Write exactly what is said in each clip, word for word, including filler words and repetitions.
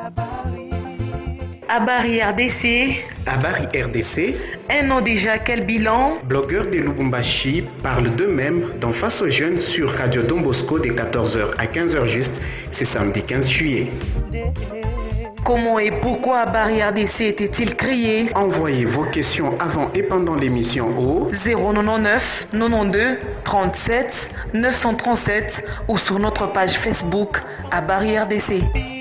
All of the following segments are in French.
Habari R D C. Habari R D C. Un an déjà, quel bilan? Blogueurs de Lubumbashi parlent d'eux-mêmes dans Face aux jeunes sur Radio Don Bosco de quatorze heures à quinze heures juste, c'est samedi quinze juillet. Comment et pourquoi Habari R D C était-il créé? Envoyez vos questions avant et pendant l'émission au zéro neuf neuf quatre-vingt-douze trente-sept neuf cent trente-sept ou sur notre page Facebook Habari R D C.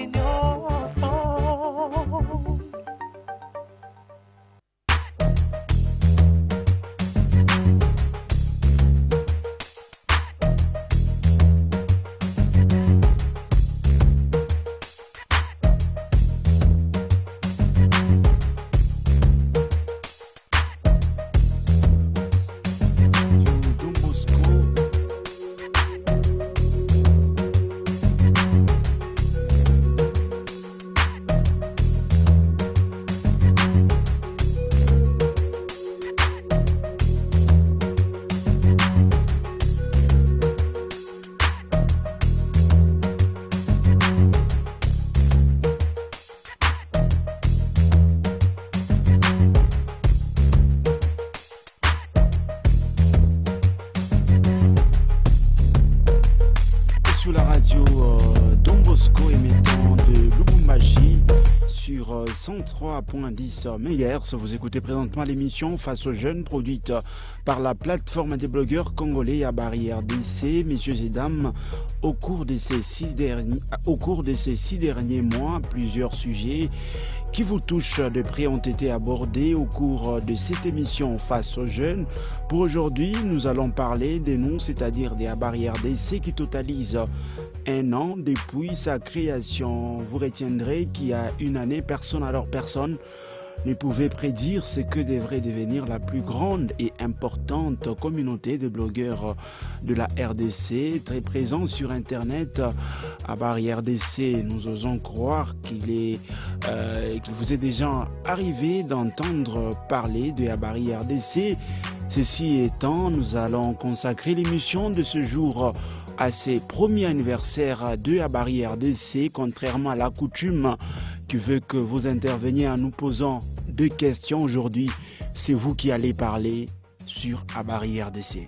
cent trois point dix mégahertz. Vous écoutez présentement l'émission Face aux jeunes, produite par la plateforme des blogueurs congolais Habari R D C. Messieurs et dames, au cours de ces six derniers, au cours de ces six derniers mois, plusieurs sujets qui vous touchent de près ont été abordés au cours de cette émission Face aux jeunes. Pour aujourd'hui, nous allons parler des noms, c'est-à-dire des Habari R D C qui totalisent un an depuis sa création. Vous retiendrez qu'il y a une année, personne alors personne ne pouvait prédire ce que devrait devenir la plus grande et importante communauté de blogueurs de la R D C, très présents sur Internet. Habari R D C, nous osons croire qu'il est, euh, qu'il vous est déjà arrivé d'entendre parler de Habari R D C. Ceci étant, nous allons consacrer l'émission de ce jour à ce premier anniversaire de Habari R D C, contrairement à la coutume qui veut que vous interveniez en nous posant deux questions. Aujourd'hui, c'est vous qui allez parler sur Habari R D C.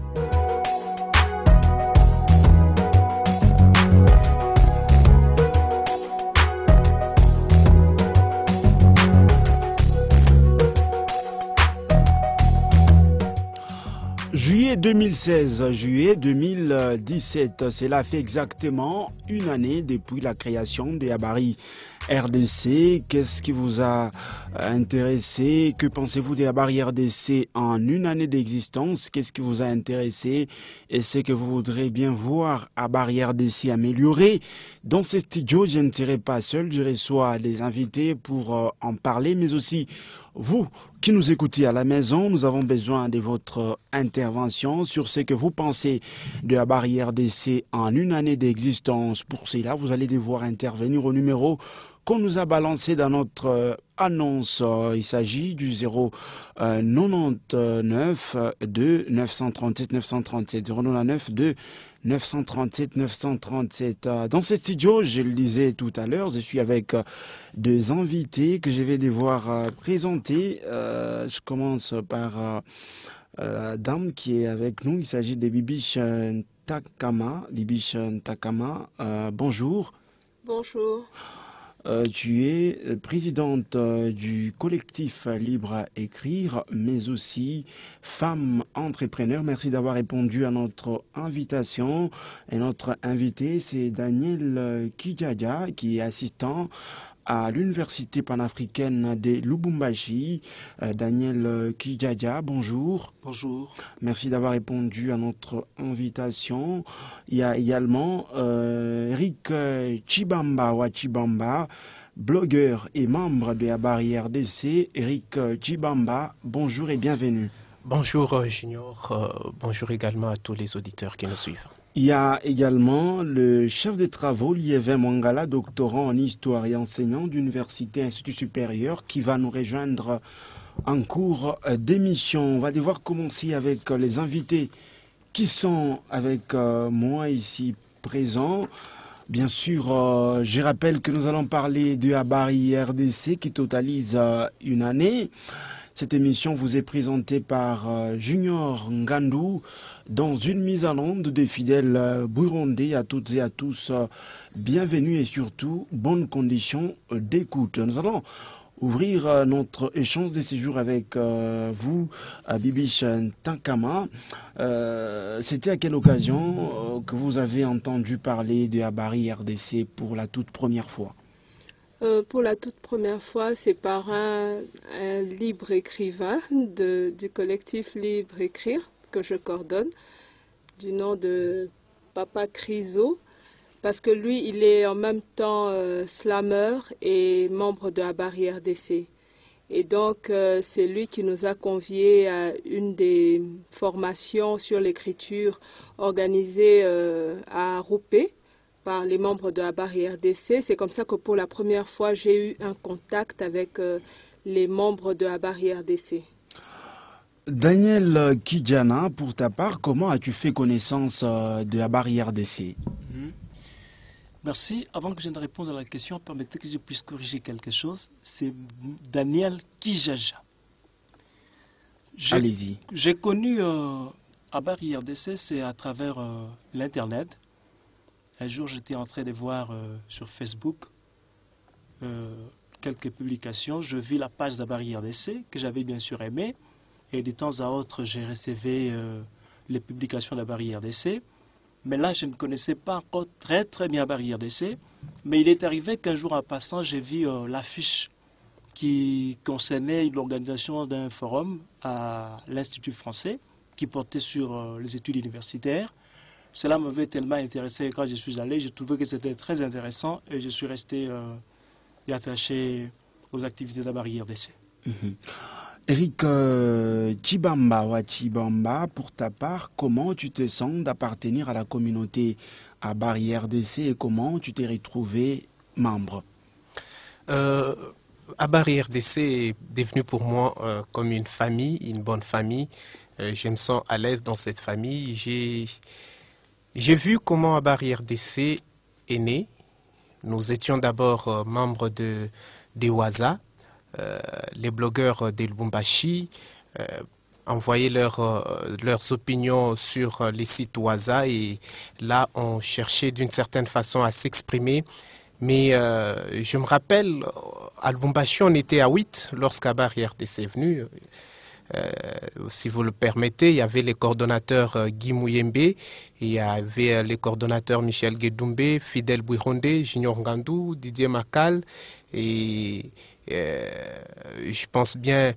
Juillet deux mille seize, juillet deux mille dix-sept, cela fait exactement une année depuis la création de Habari R D C. Qu'est-ce qui vous a intéressé? Que pensez-vous de Habari R D C en une année d'existence? Qu'est-ce qui vous a intéressé? Est-ce que vous voudrez bien voir Habari R D C améliorer? Dans ce studio, je ne serai pas seul, je reçois des invités pour euh, en parler, mais aussi vous qui nous écoutez à la maison. Nous avons besoin de votre intervention sur ce que vous pensez de Habari R D C en une année d'existence. Pour cela, vous allez devoir intervenir au numéro qu'on nous a balancé dans notre euh, annonce. Il s'agit du zéro neuf deux neuf cent trente-sept neuf cent trente-sept, zéro neuf deux neuf cent trente-sept neuf cent trente-sept. Dans ce studio, je le disais tout à l'heure, je suis avec deux invités que je vais devoir euh, présenter. Euh, je commence par euh, la dame qui est avec nous. Il s'agit de Bibiche Ntakama. Bibiche Ntakama, euh, bonjour. Bonjour. Euh, tu es présidente euh, du collectif Libre à Écrire, mais aussi femme entrepreneur. Merci d'avoir répondu à notre invitation. Et notre invité, c'est Daniel Kijaya, qui est assistant à l'Université panafricaine de Lubumbashi. Euh, Daniel Kijaya, bonjour. Bonjour. Merci d'avoir répondu à notre invitation. Il y a également euh, Eric Chibamba wa Chibamba, blogueur et membre de Habari R D C. Eric Chibamba, bonjour et bienvenue. Bonjour Junior, euh, bonjour également à tous les auditeurs qui nous suivent. Il y a également le chef de travaux, Liévin Mwangala, doctorant en histoire et enseignant d'Université Institut Supérieur, qui va nous rejoindre en cours d'émission. On va devoir commencer avec les invités qui sont avec moi ici présents. Bien sûr, euh, je rappelle que nous allons parler de Habari R D C qui totalise euh, une année. Cette émission vous est présentée par euh, Junior Ngandou dans une mise en onde des fidèles euh, burundais. À toutes et à tous, euh, bienvenue et surtout bonnes conditions euh, d'écoute. Nous allons ouvrir euh, notre échange de séjour avec euh, vous, Bibiche Ntankama. Euh, C'était à quelle occasion euh, que vous avez entendu parler de Habari R D C pour la toute première fois? Euh, pour la toute première fois, c'est par un, un libre écrivain de, du collectif Libre Écrire que je coordonne, du nom de Papa Criso, parce que lui, il est en même temps euh, slammer et membre de Habari R D C. Et donc, euh, c'est lui qui nous a conviés à une des formations sur l'écriture organisée euh, à Rouppé par les membres de Habari R D C. C'est comme ça que pour la première fois, j'ai eu un contact avec euh, les membres de Habari R D C. Daniel Kidjana, pour ta part, comment as-tu fait connaissance euh, de Habari R D C? Mmh. Merci. Avant que je ne réponde à la question, permettez que je puisse corriger quelque chose. C'est Daniel Kijaja. Allez-y. J'ai connu euh, Habari R D C, c'est à travers euh, l'Internet. Un jour, j'étais en train de voir euh, sur Facebook euh, quelques publications. Je vis la page d'Habari R D C, que j'avais bien sûr aimée. Et de temps à autre, j'ai recevé euh, les publications d'Habari R D C. Mais là, je ne connaissais pas encore très très bien Habari R D C. Mais il est arrivé qu'un jour en passant, j'ai vu euh, l'affiche qui concernait l'organisation d'un forum à l'Institut français qui portait sur euh, les études universitaires. Cela m'avait tellement intéressé quand je suis allé, j'ai trouvé que c'était très intéressant et je suis resté euh, attaché aux activités d'Habari R D C. Mm-hmm. Eric euh, Chibamba, ouais, Chibamba, pour ta part, comment tu te sens d'appartenir à la communauté Habari R D C et comment tu t'es retrouvé membre? euh, Habari R D C est devenu pour moi euh, comme une famille, une bonne famille. Euh, je me sens à l'aise dans cette famille. J'ai J'ai vu comment Habari R D C est né. Nous étions d'abord euh, membres de, de Waza. Euh, les blogueurs de Lubumbashi euh, envoyaient leur, euh, leurs opinions sur euh, les sites Waza et là on cherchait d'une certaine façon à s'exprimer. Mais euh, je me rappelle, à Lubumbashi on était à huit lorsqu'Habari R D C est venu. Euh, si vous le permettez, il y avait les coordonnateurs euh, Guy Mouyembe, et il y avait euh, les coordonnateurs Michel Guédoumbé, Fidèle Bouirondé, Junior Ngandou, Didier Macal, et euh, je pense bien,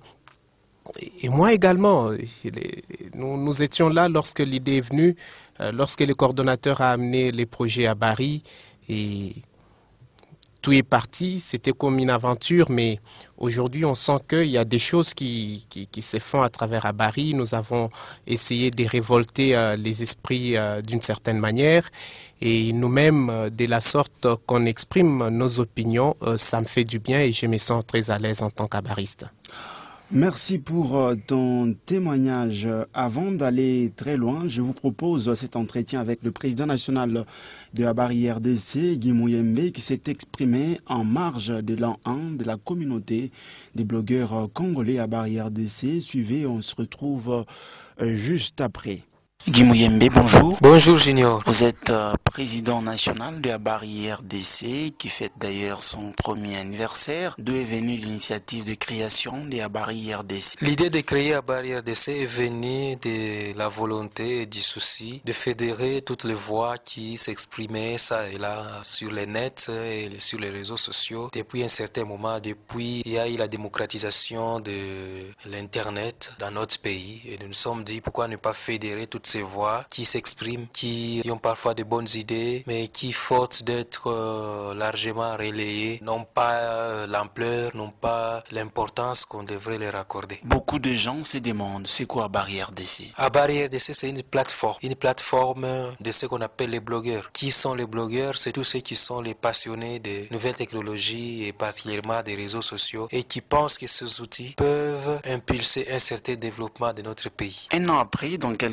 et moi également, les, nous, nous étions là lorsque l'idée est venue, euh, lorsque le coordonnateur a amené les projets à Habari, et tout est parti, c'était comme une aventure, mais aujourd'hui on sent qu'il y a des choses qui, qui, qui se font à travers Habari. Nous avons essayé de révolter euh, les esprits euh, d'une certaine manière et nous-mêmes, euh, de la sorte qu'on exprime nos opinions, euh, ça me fait du bien et je me sens très à l'aise en tant qu'habariste. Merci pour ton témoignage. Avant d'aller très loin, je vous propose cet entretien avec le président national de Habari R D C, Guy Mouyembe, qui s'est exprimé en marge de l'an un de la communauté des blogueurs congolais Habari R D C. Suivez, on se retrouve juste après. Guy Mouyembe, bonjour. Bonjour Junior. Vous êtes euh, président national de Habari R D C qui fête d'ailleurs son premier anniversaire. D'où est venue l'initiative de création de Habari R D C? L'idée de créer Habari R D C est venue de la volonté et du souci de fédérer toutes les voix qui s'exprimaient ça et là sur les nets et sur les réseaux sociaux depuis un certain moment, depuis il y a eu la démocratisation de l'internet dans notre pays et nous nous sommes dit pourquoi ne pas fédérer toutes ces voix qui s'expriment, qui ont parfois de bonnes idées, mais qui, faute d'être euh, largement relayées, n'ont pas euh, l'ampleur, n'ont pas l'importance qu'on devrait leur accorder. Beaucoup de gens se demandent, c'est quoi Habari R D C? Habari R D C, c'est une plateforme, une plateforme de ce qu'on appelle les blogueurs. Qui sont les blogueurs? C'est tous ceux qui sont les passionnés des nouvelles technologies et particulièrement des réseaux sociaux et qui pensent que ces outils peuvent impulser un certain développement de notre pays. Un an après, dans quel contexte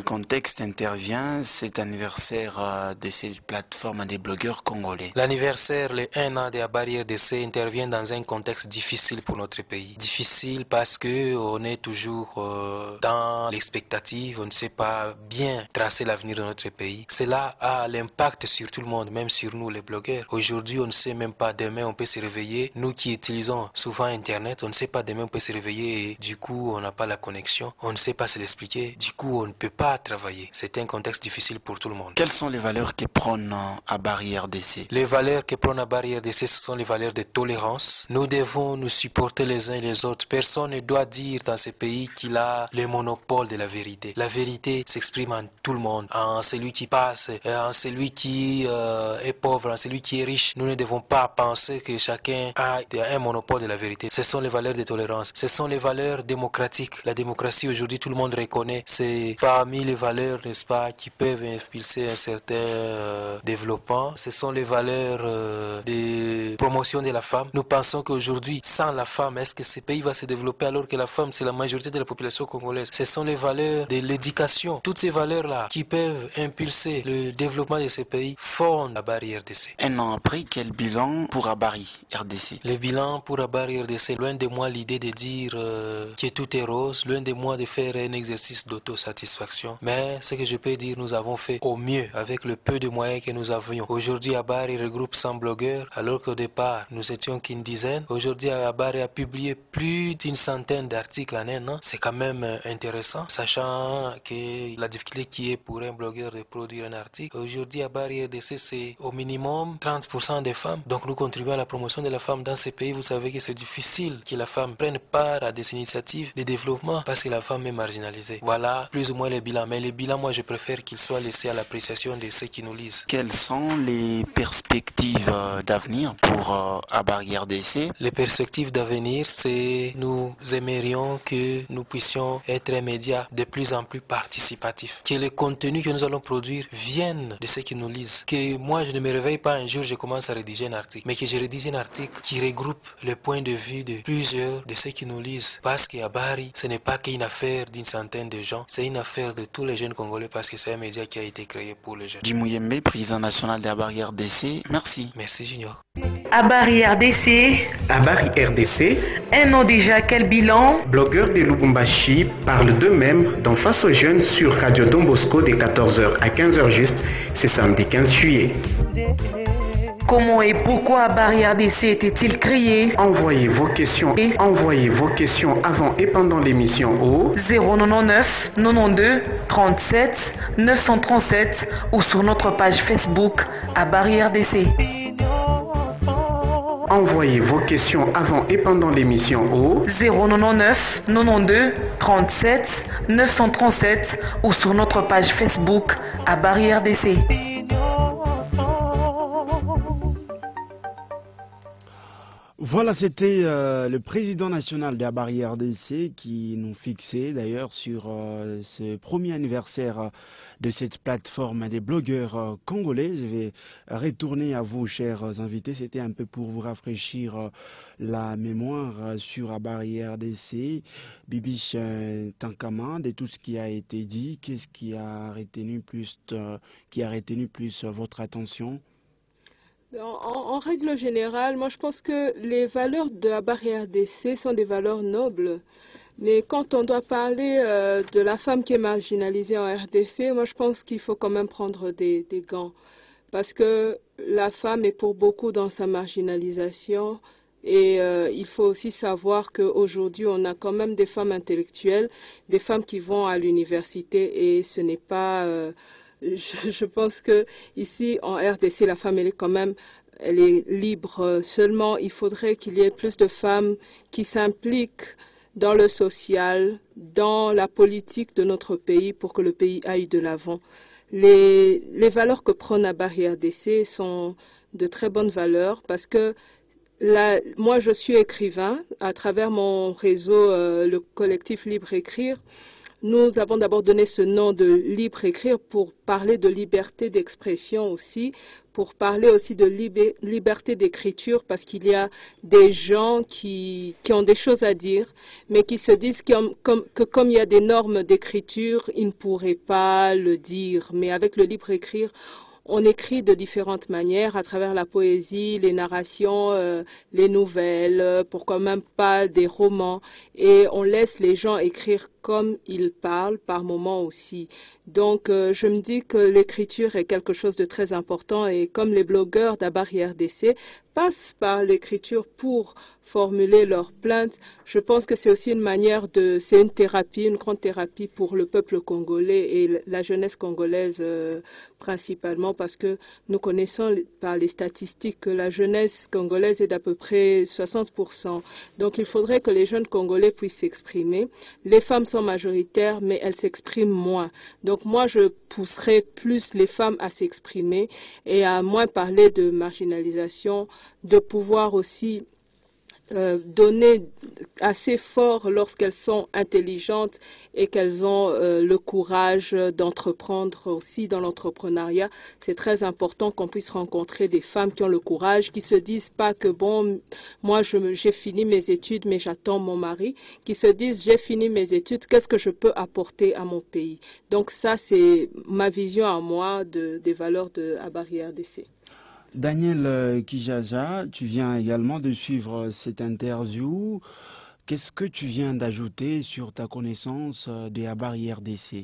contexte intervient cet anniversaire euh, de cette plateforme des blogueurs congolais? L'anniversaire, le un an de la barrière d'essai intervient dans un contexte difficile pour notre pays. Difficile parce que on est toujours euh, dans l'expectative, on ne sait pas bien tracer l'avenir de notre pays. Cela a l'impact sur tout le monde, même sur nous les blogueurs. Aujourd'hui, on ne sait même pas demain on peut se réveiller. Nous qui utilisons souvent Internet, on ne sait pas demain on peut se réveiller et du coup on n'a pas la connexion. On ne sait pas se l'expliquer. Du coup, on ne peut pas travailler. C'est un contexte difficile pour tout le monde. Quelles sont les valeurs que prône à barrière d'essai? Les valeurs que prône à barrière d'essai, ce sont les valeurs de tolérance. Nous devons nous supporter les uns et les autres. Personne ne doit dire dans ce pays qu'il a le monopole de la vérité. La vérité s'exprime en tout le monde, en celui qui passe, en celui qui euh, est pauvre, en celui qui est riche. Nous ne devons pas penser que chacun a un monopole de la vérité. Ce sont les valeurs de tolérance. Ce sont les valeurs démocratiques. La démocratie aujourd'hui, tout le monde reconnaît. C'est parmi les valeurs, n'est-ce pas, qui peuvent impulser un certain euh, développement. Ce sont les valeurs euh, de promotion de la femme. Nous pensons qu'aujourd'hui, sans la femme, est-ce que ce pays va se développer alors que la femme, c'est la majorité de la population congolaise? Ce sont les valeurs de l'éducation. Toutes ces valeurs-là qui peuvent impulser le développement de ce pays fondent la barrière R D C. Un an après, quel bilan pour Abari R D C? Le bilan pour Abari R D C, loin de moi l'idée de dire euh, que tout est rose, loin de moi de faire un exercice d'autosatisfaction. Mais ce que je peux dire, nous avons fait au mieux avec le peu de moyens que nous avions. Aujourd'hui, Abari regroupe cent blogueurs, alors qu'au départ, nous étions qu'une dizaine. Aujourd'hui, Abari a publié plus d'une centaine d'articles en un an. C'est quand même intéressant, sachant que la difficulté qui est pour un blogueur de produire un article. Aujourd'hui, Abari R D C, c'est au minimum trente pour cent des femmes. Donc nous contribuons à la promotion de la femme dans ces pays. Vous savez que c'est difficile que la femme prenne part à des initiatives de développement parce que la femme est marginalisée. Voilà plus ou moins les bilans. Mais les bilans, moi, je préfère qu'ils soient laissés à l'appréciation de ceux qui nous lisent. Quelles sont les perspectives euh, d'avenir pour euh, Abari R D C? Les perspectives d'avenir, c'est nous aimerions que nous puissions être un média de plus en plus participatif. Que les contenus que nous allons produire viennent de ceux qui nous lisent. Que moi, je ne me réveille pas un jour, je commence à rédiger un article, mais que je rédige un article qui regroupe les points de vue de plusieurs de ceux qui nous lisent. Parce qu'à Abari, ce n'est pas qu'une affaire d'une centaine de gens, c'est une affaire de tous les jeunes Congolais parce que c'est un média qui a été créé pour les jeunes. Jimou Yembe, président national d'Abari R D C, merci. Merci Junior. Abari R D C. Abari R D C. Un an déjà, quel bilan? Blogueurs de Lubumbashi parlent d'eux-mêmes dans Face aux jeunes sur Radio Don Bosco de quatorze heures à quinze heures juste, c'est samedi quinze juillet. Comment et pourquoi Abari R D C était-il créé? Envoyez vos questions et envoyez vos questions avant et pendant l'émission au zéro neuf quatre-vingt-douze trente-sept neuf cent trente-sept ou sur notre page Facebook Abari R D C. Envoyez vos questions avant et pendant l'émission au zéro neuf quatre-vingt-douze trente-sept neuf cent trente-sept ou sur notre page Facebook Abari R D C. Voilà, c'était euh, le président national de Abari R D C qui nous fixait d'ailleurs sur euh, ce premier anniversaire euh, de cette plateforme des blogueurs euh, congolais. Je vais retourner à vous, chers invités. C'était un peu pour vous rafraîchir euh, la mémoire euh, sur Abari R D C. Bibiche euh, Tankama, de tout ce qui a été dit, qu'est-ce qui a retenu plus, euh, qui a retenu plus euh, votre attention? En, en règle générale, moi je pense que les valeurs de Abari R D C sont des valeurs nobles. Mais quand on doit parler euh, de la femme qui est marginalisée en R D C, moi je pense qu'il faut quand même prendre des, des gants. Parce que la femme est pour beaucoup dans sa marginalisation. Et euh, il faut aussi savoir qu'aujourd'hui, on a quand même des femmes intellectuelles, des femmes qui vont à l'université et ce n'est pas... Euh, Je, je pense que ici en R D C, la femme elle est quand même, elle est libre. Seulement, il faudrait qu'il y ait plus de femmes qui s'impliquent dans le social, dans la politique de notre pays pour que le pays aille de l'avant. Les, les valeurs que prône Abari R D C sont de très bonnes valeurs parce que la, moi je suis écrivain à travers mon réseau, euh, le collectif Libre Écrire. nous avons d'abord donné ce nom de libre écrire pour parler de liberté d'expression aussi, pour parler aussi de libé- liberté d'écriture, parce qu'il y a des gens qui, qui ont des choses à dire, mais qui se disent que comme, que comme il y a des normes d'écriture, ils ne pourraient pas le dire. Mais avec le libre écrire, on écrit de différentes manières, à travers la poésie, les narrations, euh, les nouvelles, euh, pourquoi même pas des romans, et on laisse les gens écrire comme ils parlent par moments aussi. Donc euh, je me dis que l'écriture est quelque chose de très important, et comme les blogueurs d'Abari R D C passent par l'écriture pour formuler leurs plaintes, je pense que c'est aussi une manière de, c'est une thérapie, une grande thérapie pour le peuple congolais et la jeunesse congolaise euh, principalement, parce que nous connaissons par les statistiques que la jeunesse congolaise est d'à peu près soixante pour cent. Donc il faudrait que les jeunes Congolais puissent s'exprimer. Les femmes sont majoritaires, mais elles s'expriment moins. Donc moi, je pousserais plus les femmes à s'exprimer et à moins parler de marginalisation, de pouvoir aussi Euh, donner assez fort lorsqu'elles sont intelligentes et qu'elles ont euh, le courage d'entreprendre aussi dans l'entrepreneuriat. C'est très important qu'on puisse rencontrer des femmes qui ont le courage, qui se disent pas que bon, moi je, j'ai fini mes études mais j'attends mon mari, qui se disent j'ai fini mes études, qu'est-ce que je peux apporter à mon pays. Donc ça c'est ma vision à moi de, des valeurs de Abari R D C. Daniel Kijaja, tu viens également de suivre cette interview. Qu'est-ce que tu viens d'ajouter sur ta connaissance de Abari R D C?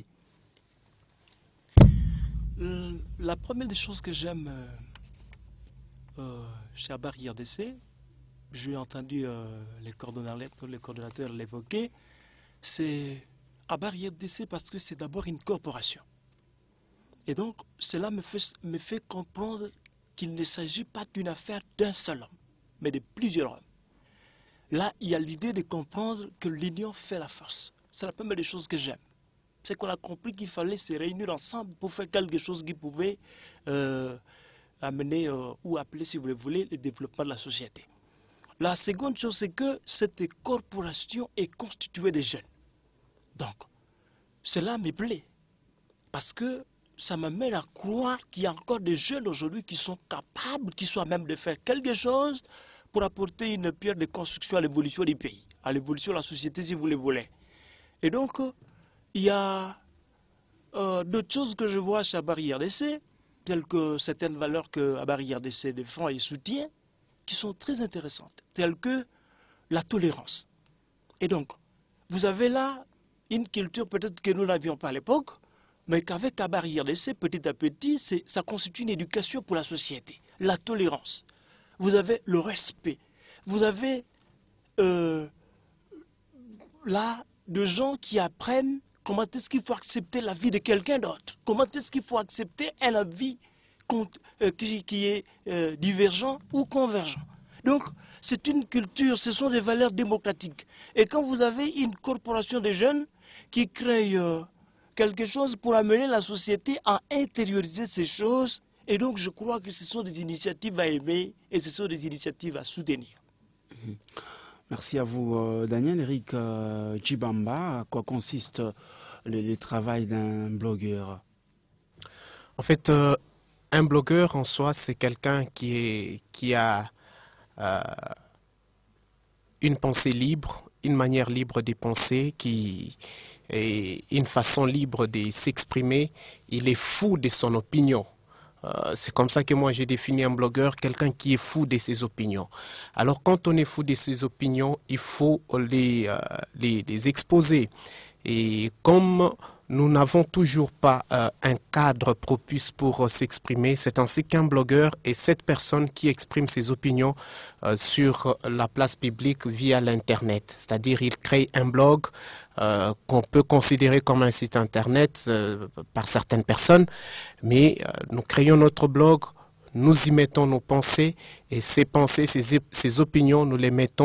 La première des choses que j'aime euh, chez Abari R D C, j'ai entendu euh, les coordonnateurs, les coordonnateurs l'évoquer, c'est Abari R D C parce que c'est d'abord une corporation. Et donc, cela me fait, me fait comprendre qu'il ne s'agit pas d'une affaire d'un seul homme, mais de plusieurs hommes. Là, il y a l'idée de comprendre que l'union fait la force. C'est la première des choses que j'aime. C'est qu'on a compris qu'il fallait se réunir ensemble pour faire quelque chose qui pouvait euh, amener euh, ou appeler, si vous le voulez, le développement de la société. La seconde chose, c'est que cette corporation est constituée de jeunes. Donc, cela me plaît, parce que ça m'amène à croire qu'il y a encore des jeunes aujourd'hui qui sont capables, qui sont à même de faire quelque chose pour apporter une pierre de construction à l'évolution du pays, à l'évolution de la société si vous le voulez. Et donc, il y a euh, d'autres choses que je vois chez Abari R D C, telles que certaines valeurs que Abari R D C défend et soutient, qui sont très intéressantes, telles que la tolérance. Et donc, vous avez là une culture peut-être que nous n'avions pas à l'époque, mais qu'avec Abari R D C, petit à petit, ça constitue une éducation pour la société. La tolérance. Vous avez le respect. Vous avez euh, là des gens qui apprennent comment est-ce qu'il faut accepter la vie de quelqu'un d'autre. Comment est-ce qu'il faut accepter un avis euh, qui, qui est euh, divergent ou convergent. Donc, c'est une culture, ce sont des valeurs démocratiques. Et quand vous avez une corporation de jeunes qui créent euh, quelque chose pour amener la société à intérioriser ces choses. Et donc, je crois que ce sont des initiatives à aimer et ce sont des initiatives à soutenir. Merci à vous, Daniel. Eric euh, Chibamba, à quoi consiste le, le travail d'un blogueur? En fait, euh, un blogueur en soi, c'est quelqu'un qui, est, qui a euh, une pensée libre, une manière libre de penser, qui... et une façon libre de s'exprimer. Il est fou de son opinion. Euh, c'est comme ça que moi j'ai défini un blogueur, quelqu'un qui est fou de ses opinions. Alors quand on est fou de ses opinions, il faut les, euh, les, les exposer. Et comme nous n'avons toujours pas euh, un cadre propice pour euh, s'exprimer, c'est ainsi qu'un blogueur est cette personne qui exprime ses opinions euh, sur la place publique via l'Internet. C'est-à-dire il crée un blog euh, qu'on peut considérer comme un site Internet euh, par certaines personnes, mais euh, nous créons notre blog, nous y mettons nos pensées et ces pensées, ces, ces opinions, nous les mettons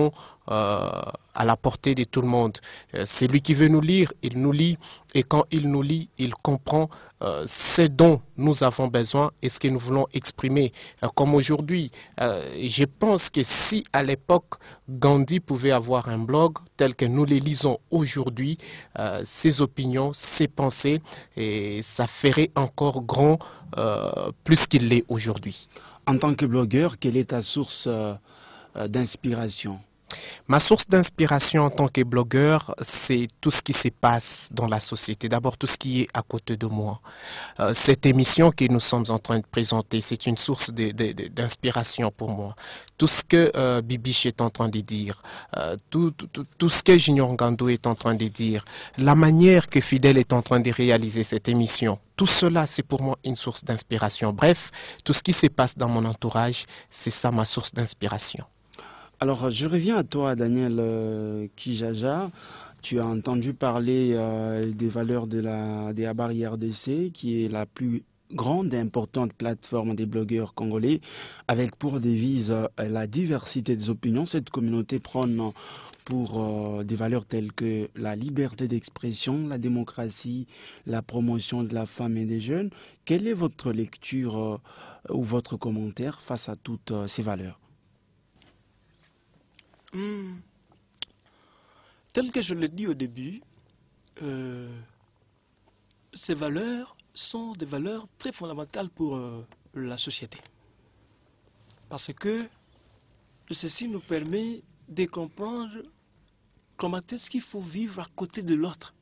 euh, à la portée de tout le monde. Euh, celui qui veut nous lire, il nous lit, et quand il nous lit, il comprend euh, ce dont nous avons besoin et ce que nous voulons exprimer. Euh, comme aujourd'hui, euh, je pense que si à l'époque Gandhi pouvait avoir un blog tel que nous les lisons aujourd'hui, euh, ses opinions, ses pensées, et ça ferait encore grand euh, plus qu'il l'est aujourd'hui. En tant que blogueur, quelle est ta source euh, d'inspiration? Ma source d'inspiration en tant que blogueur, c'est tout ce qui se passe dans la société. D'abord, tout ce qui est à côté de moi. Euh, cette émission que nous sommes en train de présenter, c'est une source d'inspiration pour moi. Tout ce que euh, Bibiche est en train de dire, euh, tout, tout, tout, tout ce que Junior Ngandou est en train de dire, la manière que Fidèle est en train de réaliser cette émission, tout cela, c'est pour moi une source d'inspiration. Bref, tout ce qui se passe dans mon entourage, c'est ça ma source d'inspiration. Alors, je reviens à toi, Daniel euh, Kijaja. Tu as entendu parler euh, des valeurs de la des Habari R D C, qui est la plus grande et importante plateforme des blogueurs congolais, avec pour devise euh, la diversité des opinions. Cette communauté prône pour euh, des valeurs telles que la liberté d'expression, la démocratie, la promotion de la femme et des jeunes. Quelle est votre lecture euh, ou votre commentaire face à toutes euh, ces valeurs? Hum. Tel que je l'ai dit au début, euh, ces valeurs sont des valeurs très fondamentales pour euh, la société. Parce que ceci nous permet de comprendre comment est-ce qu'il faut vivre à côté de l'autre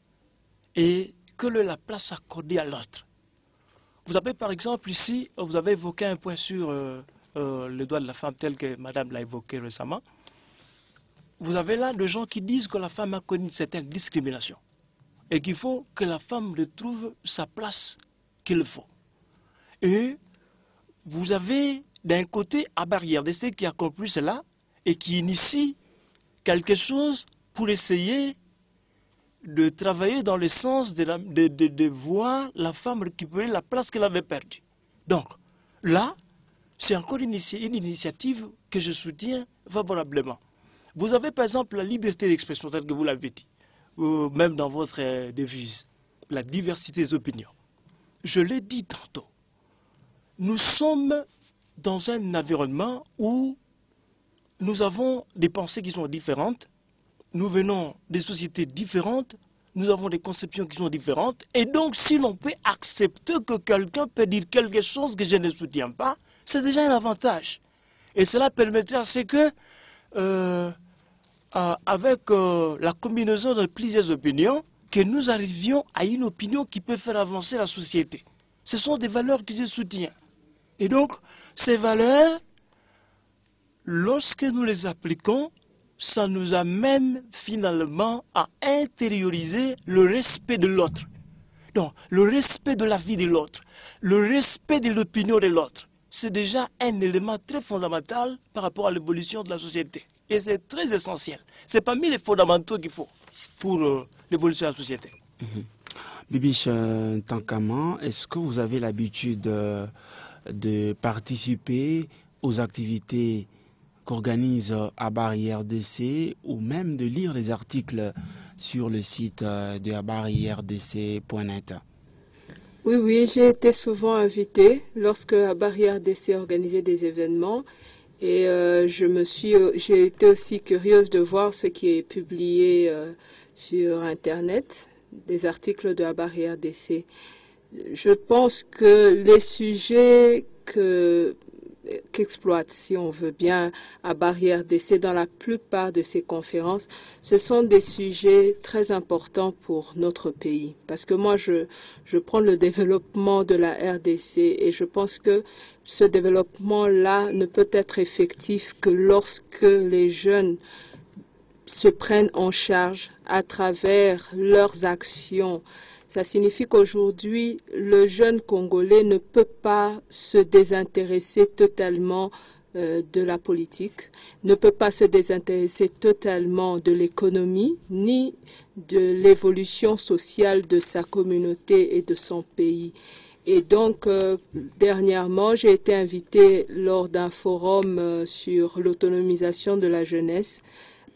et quelle est la place accordée à l'autre. Vous avez par exemple ici, vous avez évoqué un point sur euh, euh, le droit de la femme tel que Madame l'a évoqué récemment. Vous avez là des gens qui disent que la femme a connu une certaine discrimination et qu'il faut que la femme retrouve sa place qu'il faut. Et vous avez d'un côté Habari R D C qui a compris cela et qui initie quelque chose pour essayer de travailler dans le sens de, la, de, de, de voir la femme récupérer la place qu'elle avait perdue. Donc là, c'est encore une, une initiative que je soutiens favorablement. Vous avez par exemple la liberté d'expression, telle que vous l'avez dit, euh, même dans votre euh, devise, la diversité des opinions. Je l'ai dit tantôt, nous sommes dans un environnement où nous avons des pensées qui sont différentes, nous venons des sociétés différentes, nous avons des conceptions qui sont différentes, et donc si l'on peut accepter que quelqu'un peut dire quelque chose que je ne soutiens pas, c'est déjà un avantage. Et cela permettrait à ce que Euh, euh, avec euh, la combinaison de plusieurs opinions, que nous arrivions à une opinion qui peut faire avancer la société. Ce sont des valeurs que je soutiens. Et donc, ces valeurs, lorsque nous les appliquons, ça nous amène finalement à intérioriser le respect de l'autre. Donc, le respect de la vie de l'autre, le respect de l'opinion de l'autre. C'est déjà un élément très fondamental par rapport à l'évolution de la société. Et c'est très essentiel. C'est parmi les fondamentaux qu'il faut pour euh, l'évolution de la société. Mmh. Bibiche euh, Tankama, est-ce que vous avez l'habitude euh, de participer aux activités qu'organise Habari R D C ou même de lire les articles sur le site euh, de habari r d c point net? Oui, oui, j'ai été souvent invitée lorsque Habari R D C organisait des événements. Et euh, je me suis, j'ai été aussi curieuse de voir ce qui est publié euh, sur Internet, des articles de Habari R D C. Je pense que les sujets que qu'exploite, si on veut bien, Habari R D C dans la plupart de ces conférences, ce sont des sujets très importants pour notre pays. Parce que moi, je, je prends le développement de la R D C et je pense que ce développement-là ne peut être effectif que lorsque les jeunes se prennent en charge à travers leurs actions. Ça signifie qu'aujourd'hui, le jeune Congolais ne peut pas se désintéresser totalement euh, de la politique, ne peut pas se désintéresser totalement de l'économie, ni de l'évolution sociale de sa communauté et de son pays. Et donc, euh, dernièrement, j'ai été invitée lors d'un forum euh, sur l'autonomisation de la jeunesse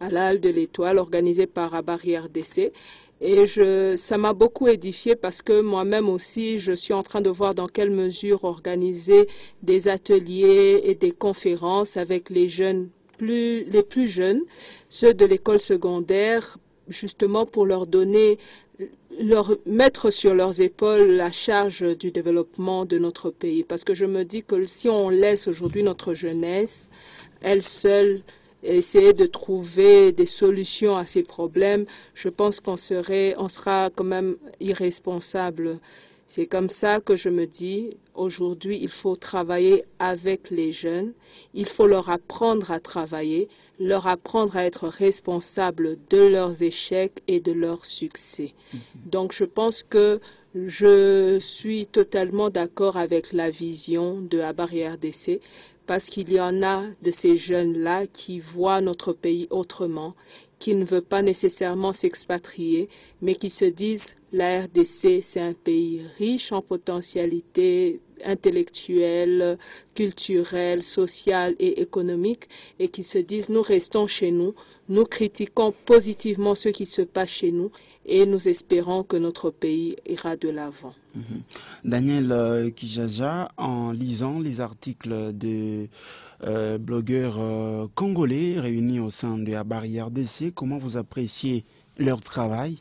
à la Halle de l'Étoile, organisée par Abari R D C. Et je, ça m'a beaucoup édifié parce que moi-même aussi, je suis en train de voir dans quelle mesure organiser des ateliers et des conférences avec les jeunes, plus, les plus jeunes, ceux de l'école secondaire, justement pour leur donner, leur mettre sur leurs épaules la charge du développement de notre pays. Parce que je me dis que si on laisse aujourd'hui notre jeunesse, elle seule, essayer de trouver des solutions à ces problèmes, je pense qu'on serait, on sera quand même irresponsable. C'est comme ça que je me dis, aujourd'hui, il faut travailler avec les jeunes, il faut leur apprendre à travailler, leur apprendre à être responsables de leurs échecs et de leurs succès. Mm-hmm. Donc je pense que je suis totalement d'accord avec la vision de Abari R D C, parce qu'il y en a de ces jeunes-là qui voient notre pays autrement, qui ne veulent pas nécessairement s'expatrier, mais qui se disent la R D C, c'est un pays riche en potentialités intellectuelles, culturelles, sociales et économiques, et qui se disent nous restons chez nous, nous critiquons positivement ce qui se passe chez nous, et nous espérons que notre pays ira de l'avant. Mm-hmm. Daniel euh, Kijaja, en lisant les articles de euh, blogueurs euh, congolais réunis au sein de Abari R D C, comment vous appréciez leur travail?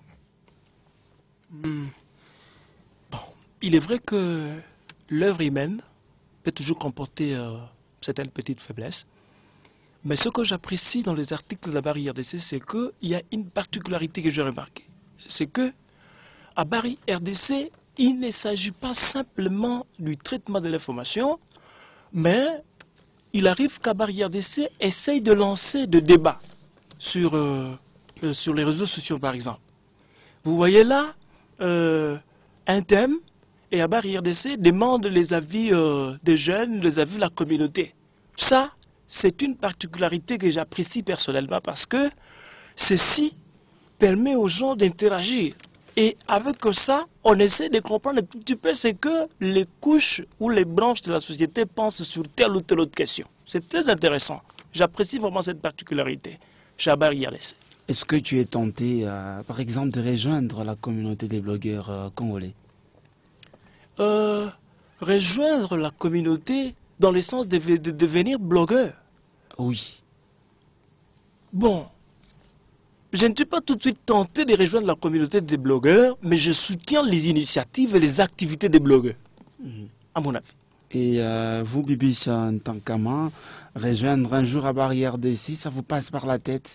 mm. Bon, il est vrai que l'œuvre humaine peut toujours comporter euh, certaines petites faiblesses. Mais ce que j'apprécie dans les articles de l'Abari R D C, c'est qu'il y a une particularité que j'ai remarquée. C'est que Abari R D C, il ne s'agit pas simplement du traitement de l'information, mais il arrive qu'Abari R D C essaye de lancer des débats sur, euh, euh, sur les réseaux sociaux, par exemple. Vous voyez là euh, un thème, et Abari R D C demande les avis euh, des jeunes, les avis de la communauté. Ça, c'est une particularité que j'apprécie personnellement parce que ceci permet aux gens d'interagir. Et avec ça, on essaie de comprendre un tout petit peu ce que les couches ou les branches de la société pensent sur telle ou telle autre question. C'est très intéressant. J'apprécie vraiment cette particularité chez Abari R D C. Est-ce que tu es tenté, euh, par exemple, de rejoindre la communauté des blogueurs euh, congolais? euh, Rejoindre la communauté dans le sens de, de, de devenir blogueur? Oui. Bon, je ne suis pas tout de suite tenté de rejoindre la communauté des blogueurs, mais je soutiens les initiatives et les activités des blogueurs, mmh. à mon avis. Et euh, vous, Bibisha Ntankama, rejoindre un jour Abari R D C, ça vous passe par la tête?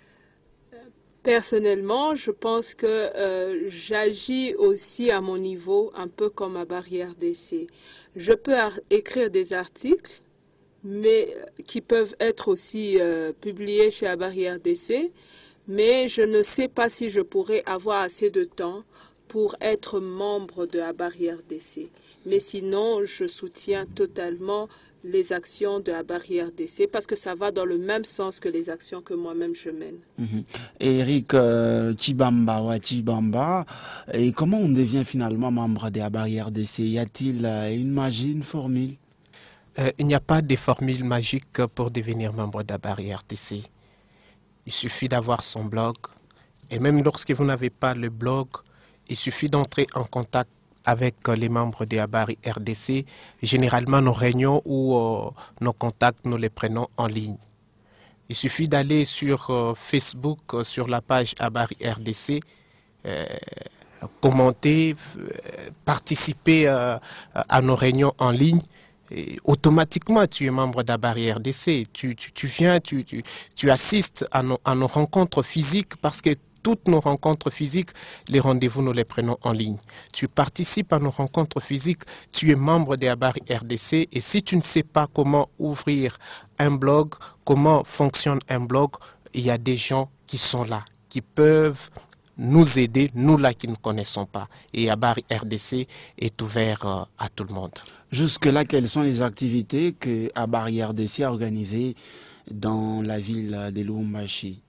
Personnellement, je pense que euh, j'agis aussi à mon niveau, un peu comme Abari R D C. Je peux écrire des articles, mais qui peuvent être aussi euh, publiés chez Abari R D C, mais je ne sais pas si je pourrais avoir assez de temps pour être membre de Abari R D C. Mais sinon, je soutiens totalement les actions de Abari R D C parce que ça va dans le même sens que les actions que moi-même je mène. Mm-hmm. Et Eric euh, Chibamba, ouais, Chibamba, et comment on devient finalement membre de Abari R D C? Y a-t-il euh, une magie, une formule? Euh, il n'y a pas de formule magique pour devenir membre d'Abari R D C. Il suffit d'avoir son blog. Et même lorsque vous n'avez pas le blog, il suffit d'entrer en contact avec euh, les membres de Abari R D C. Généralement, nos réunions ou euh, nos contacts, nous les prenons en ligne. Il suffit d'aller sur euh, Facebook, euh, sur la page Abari R D C, euh, commenter, euh, participer euh, à nos réunions en ligne. Et automatiquement, tu es membre d'Abari R D C. Tu, tu, tu viens, tu, tu, tu assistes à nos, à nos rencontres physiques parce que toutes nos rencontres physiques, les rendez-vous, nous les prenons en ligne. Tu participes à nos rencontres physiques, tu es membre d'Abari R D C et si tu ne sais pas comment ouvrir un blog, comment fonctionne un blog, il y a des gens qui sont là, qui peuvent nous aider, nous là qui ne connaissons pas. Et Abari R D C est ouvert euh, à tout le monde. Jusque-là, quelles sont les activités que Abari R D C a organisées dans la ville de Lubumbashi?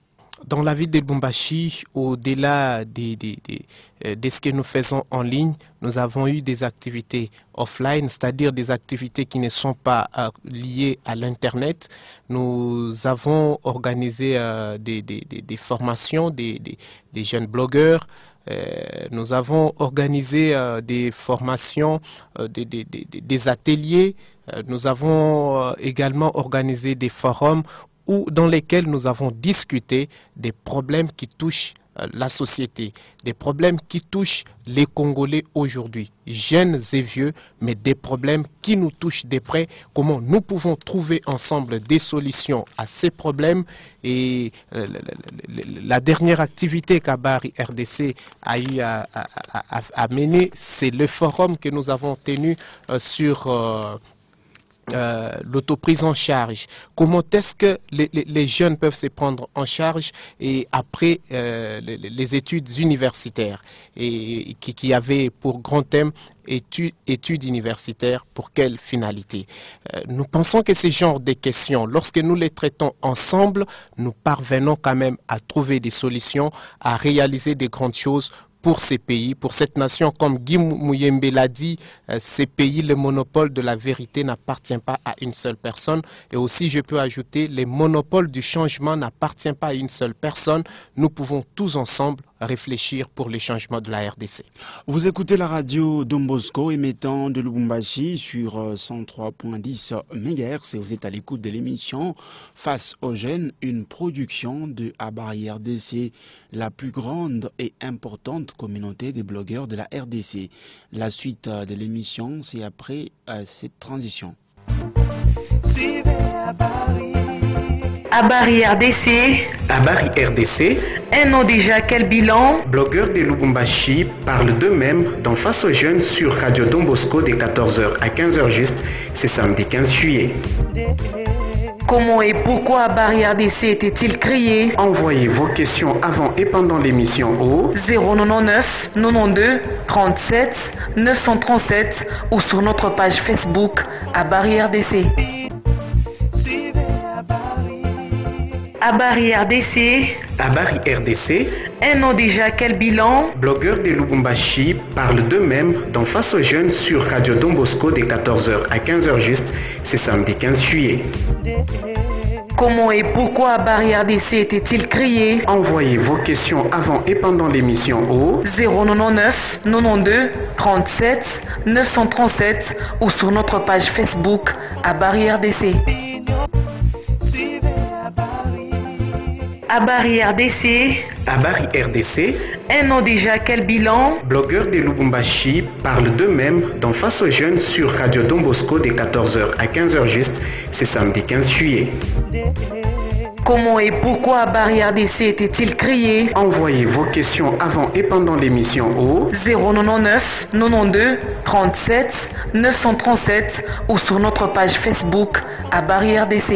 Dans la ville de Lubumbashi, au-delà de, de, de, de ce que nous faisons en ligne, nous avons eu des activités offline, c'est-à-dire des activités qui ne sont pas euh, liées à l'Internet. Nous avons organisé euh, des, des, des, des formations des, des, des jeunes blogueurs. Euh, nous avons organisé euh, des formations, euh, des, des, des, des ateliers. Euh, nous avons euh, également organisé des forums où, dans lesquels nous avons discuté des problèmes qui touchent euh, la société, des problèmes qui touchent les Congolais aujourd'hui, jeunes et vieux, mais des problèmes qui nous touchent de près, comment nous pouvons trouver ensemble des solutions à ces problèmes. Et euh, la, la, la dernière activité qu'Abari R D C a eu à, à, à, à mener, c'est le forum que nous avons tenu euh, sur... Euh, Euh, l'autoprise en charge. Comment est-ce que les, les, les jeunes peuvent se prendre en charge et après euh, les, les études universitaires, et qui, qui avait pour grand thème études, études universitaires, pour quelle finalité? Euh, nous pensons que ce genre de questions, lorsque nous les traitons ensemble, nous parvenons quand même à trouver des solutions, à réaliser des grandes choses pour ces pays, pour cette nation. Comme Guy Mouyembe l'a dit, euh, ces pays, le monopole de la vérité n'appartient pas à une seule personne. Et aussi, je peux ajouter, le monopole du changement n'appartient pas à une seule personne. Nous pouvons tous ensemble réfléchir pour les changements de la R D C. Vous écoutez la radio Don Bosco émettant de Lubumbashi sur cent trois point dix mégahertz et vous êtes à l'écoute de l'émission Face aux jeunes, une production de Abari R D C, la plus grande et importante communauté des blogueurs de la R D C. La suite de l'émission, c'est après euh, cette transition. Abari R D C. Abari R D C. Un an déjà, quel bilan? Blogueurs de Lubumbashi parlent d'eux-mêmes dans Face aux jeunes sur Radio Don Bosco de quatorze heures à quinze heures juste, c'est samedi quinze juillet. Comment et pourquoi Abari R D C était-il créé? Envoyez vos questions avant et pendant l'émission au zéro neuf quatre-vingt-douze trente-sept neuf cent trente-sept ou sur notre page Facebook Abari R D C. Abari R D C. Abari R D C. Un an déjà, quel bilan? Blogueurs de Lubumbashi parlent d'eux-mêmes dans Face aux jeunes sur Radio Don Bosco de quatorze heures à quinze heures juste, c'est samedi quinze juillet. Comment et pourquoi Abari R D C était-il créé? Envoyez vos questions avant et pendant l'émission au zéro neuf quatre-vingt-douze trente-sept neuf cent trente-sept ou sur notre page Facebook Abari R D C. Abari R D C. Abari R D C. Un an déjà, quel bilan? Blogueurs de Lubumbashi parlent d'eux-mêmes dans Face aux jeunes sur Radio Don Bosco de quatorze heures à quinze heures juste, c'est samedi quinze juillet. Comment et pourquoi Abari R D C était-il créé? Envoyez vos questions avant et pendant l'émission au zéro neuf quatre-vingt-douze trente-sept neuf cent trente-sept ou sur notre page Facebook Abari R D C.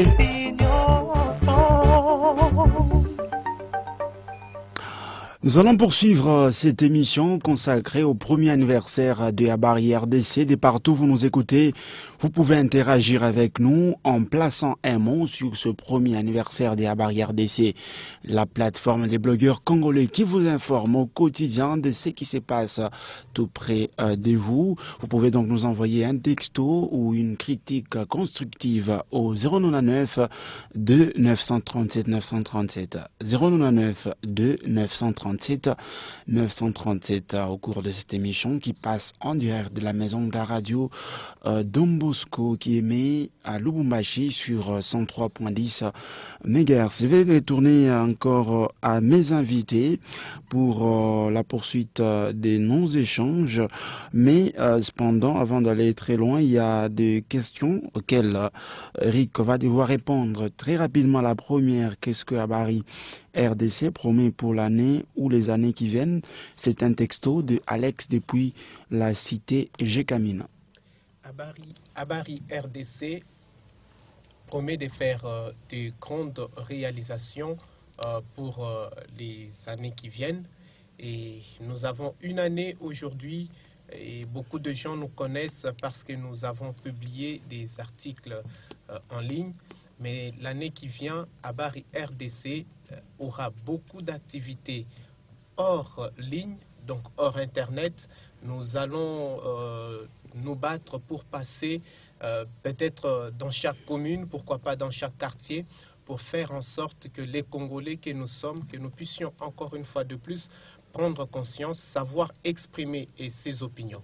Nous allons poursuivre cette émission consacrée au premier anniversaire de Abari R D C. De partout où vous nous écoutez, vous pouvez interagir avec nous en plaçant un mot sur ce premier anniversaire de Abari R D C, la plateforme des blogueurs congolais qui vous informe au quotidien de ce qui se passe tout près de vous. Vous pouvez donc nous envoyer un texto ou une critique constructive au zéro neuf deux neuf cent trente-sept neuf cent trente-sept. zéro neuf deux neuf cent trente-sept neuf cent trente-sept au cours de cette émission qui passe en direct de la maison de la radio euh, Don Bosco qui émet à Lubumbashi sur cent trois point dix mégahertz. Je vais retourner encore à mes invités pour euh, la poursuite de nos échanges, mais euh, cependant, avant d'aller très loin, il y a des questions auxquelles euh, Eric va devoir répondre très rapidement. La première, qu'est-ce que Abari R D C promet pour l'année ou les années qui viennent? C'est un texto de Alex depuis la cité Gécamine. Abari, Abari R D C promet de faire euh, de grandes réalisations euh, pour euh, les années qui viennent. Et nous avons une année aujourd'hui et beaucoup de gens nous connaissent parce que nous avons publié des articles euh, en ligne. Mais l'année qui vient, Habari R D C aura beaucoup d'activités hors ligne, donc hors Internet. Nous allons euh, nous battre pour passer euh, peut-être dans chaque commune, pourquoi pas dans chaque quartier, pour faire en sorte que les Congolais que nous sommes, que nous puissions encore une fois de plus prendre conscience, savoir exprimer ses opinions.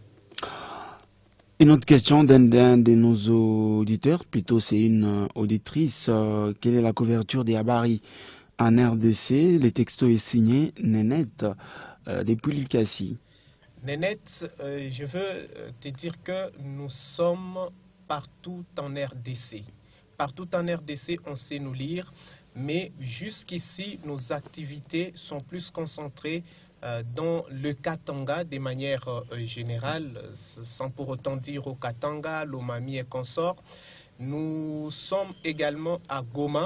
Une autre question d'un de nos auditeurs, plutôt c'est une auditrice. Euh, quelle est la couverture des Habari en R D C? Le texto est signé Nénette euh, depuis Likasi. Nénette, euh, je veux te dire que nous sommes partout en R D C. Partout en R D C, on sait nous lire, mais jusqu'ici, nos activités sont plus concentrées euh, dans le Katanga de manière euh, générale, sans pour autant dire au Katanga, l'Omami et consorts. Nous sommes également à Goma,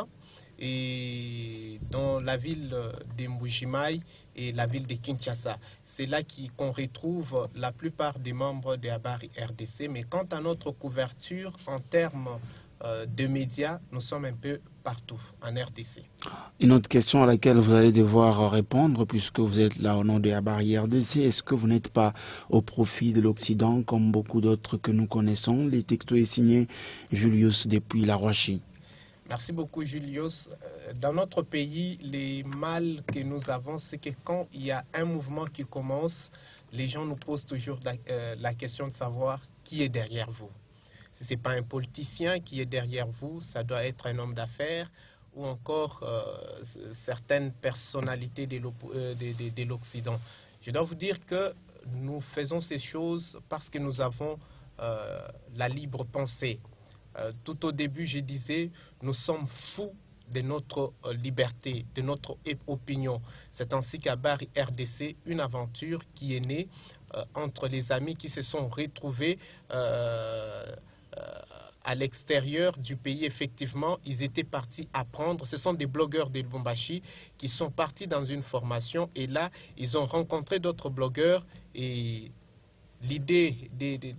et dans la ville de Mbujimaï et la ville de Kinshasa. C'est là qu'on retrouve la plupart des membres de Habari R D C. Mais quant à notre couverture en termes euh, de médias, nous sommes un peu partout en R D C. Une autre question à laquelle vous allez devoir répondre, puisque vous êtes là au nom de Habari R D C, est-ce que vous n'êtes pas au profit de l'Occident comme beaucoup d'autres que nous connaissons? Le texto est signé Julius depuis la Roachie. Merci beaucoup, Julius. Dans notre pays, les mal que nous avons, c'est que quand il y a un mouvement qui commence, les gens nous posent toujours la, euh, la question de savoir qui est derrière vous. Si ce n'est pas un politicien qui est derrière vous, ça doit être un homme d'affaires ou encore euh, certaines personnalités de l'Occident. Je dois vous dire que nous faisons ces choses parce que nous avons euh, la libre pensée. Euh, tout au début, je disais, nous sommes fous de notre euh, liberté, de notre opinion. C'est ainsi qu'à Habari R D C, une aventure qui est née euh, entre les amis qui se sont retrouvés euh, euh, à l'extérieur du pays. Effectivement, ils étaient partis apprendre. Ce sont des blogueurs de Lubumbashi qui sont partis dans une formation et là, ils ont rencontré d'autres blogueurs et l'idée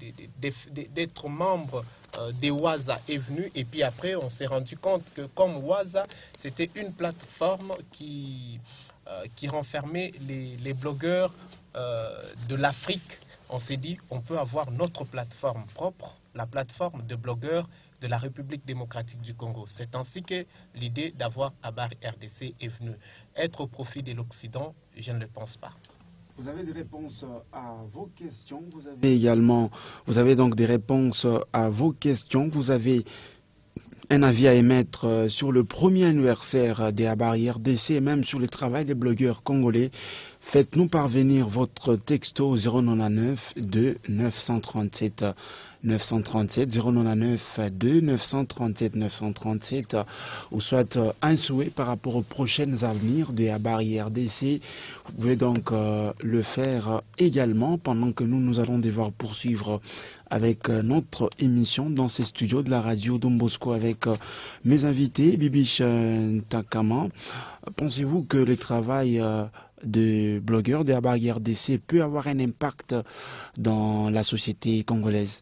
d'être membre euh, des Waza est venue et puis après on s'est rendu compte que comme Waza c'était une plateforme qui, euh, qui renfermait les, les blogueurs euh, de l'Afrique. On s'est dit on peut avoir notre plateforme propre, la plateforme de blogueurs de la République démocratique du Congo. C'est ainsi que l'idée d'avoir Habari R D C est venue. Être au profit de l'Occident, je ne le pense pas. Vous avez des réponses à vos questions. Vous avez également, vous avez donc des réponses à vos questions. Vous avez un avis à émettre sur le premier anniversaire des Habari R D C et même sur le travail des blogueurs congolais. Faites-nous parvenir votre texto au zéro neuf deux neuf cent trente-sept neuf cent trente-sept zéro neuf deux neuf cent trente-sept neuf cent trente-sept ou soit un souhait par rapport aux prochaines avenirs de Habari R D C. Vous pouvez donc euh, le faire également pendant que nous, nous allons devoir poursuivre avec euh, notre émission dans ces studios de la radio Don Bosco avec euh, mes invités, Bibiche Ntakama. Pensez-vous que le travail euh, de blogueurs de Habari R D C peut avoir un impact dans la société congolaise?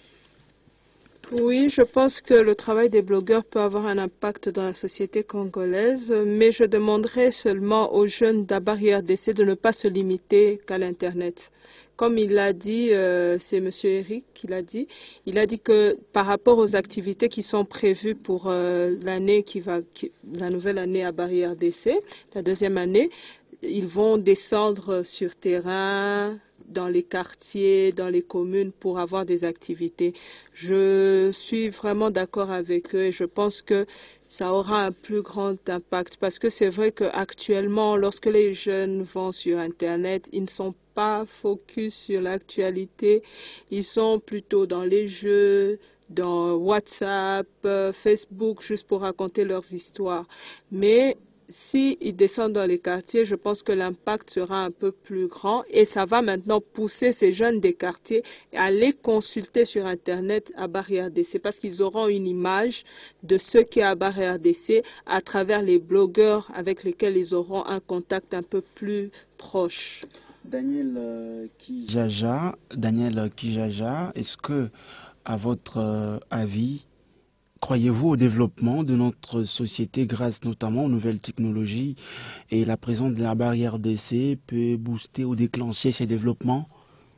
Oui, je pense que le travail des blogueurs peut avoir un impact dans la société congolaise, mais je demanderais seulement aux jeunes d'Habari R D C de ne pas se limiter qu'à l'Internet. Comme il l'a dit, euh, c'est M. Eric qui l'a dit, il a dit que par rapport aux activités qui sont prévues pour euh, l'année qui va, qui, la nouvelle année à Habari R D C, la deuxième année, ils vont descendre sur terrain, dans les quartiers, dans les communes pour avoir des activités. Je suis vraiment d'accord avec eux et je pense que ça aura un plus grand impact parce que c'est vrai qu'actuellement, lorsque les jeunes vont sur Internet, ils ne sont pas focus sur l'actualité, ils sont plutôt dans les jeux, dans WhatsApp, Facebook, juste pour raconter leurs histoires. Mais s'ils descendent dans les quartiers, je pense que l'impact sera un peu plus grand et ça va maintenant pousser ces jeunes des quartiers à aller consulter sur Internet Habari R D C parce qu'ils auront une image de ce qu'est Habari R D C à travers les blogueurs avec lesquels ils auront un contact un peu plus proche. Daniel euh, Kijaja, Daniel Kijaja, est-ce que, à votre euh, avis, croyez-vous au développement de notre société grâce notamment aux nouvelles technologies et la présence de la barrière d'essai peut booster ou déclencher ces développements?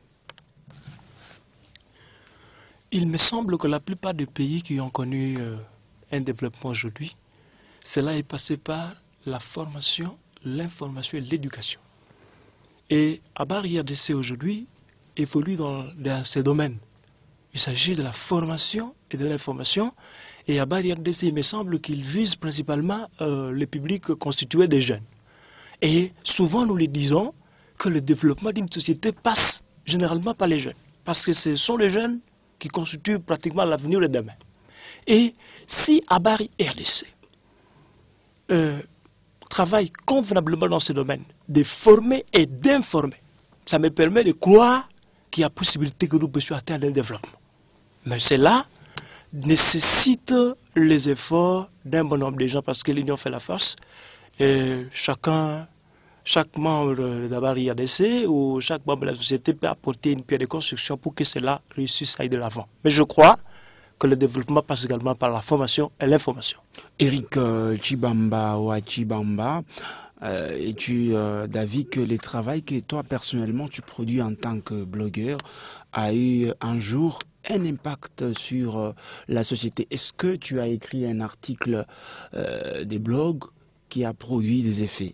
Il me semble que la plupart des pays qui ont connu euh, un développement aujourd'hui, cela est passé par la formation, l'information et l'éducation. Et à Barrière d'essai aujourd'hui évolue dans, dans ces domaines. Il s'agit de la formation et de l'information. Et à Barrière d'essai, il me semble qu'il vise principalement euh, le public constitué des jeunes. Et souvent nous les disons que le développement d'une société passe généralement par les jeunes. Parce que ce sont les jeunes qui constituent pratiquement l'avenir de demain. Et si à Barrière d'essai euh, travaille convenablement dans ce domaine, de former et d'informer, ça me permet de croire qu'il y a possibilité que nous puissions atteindre un développement. Mais cela nécessite les efforts d'un bon nombre de gens parce que l'union fait la force. Et chacun, chaque membre de la Barrière d'essai ou chaque membre de la société peut apporter une pierre de construction pour que cela réussisse à aller de l'avant. Mais je crois que le développement passe également par la formation et l'information. Eric euh, Chibamba ou Chibamba, euh, es-tu euh, d'avis que le travail que toi personnellement tu produis en tant que blogueur a eu un jour un impact sur euh, la société? Est-ce que tu as écrit un article euh, des blogs qui a produit des effets?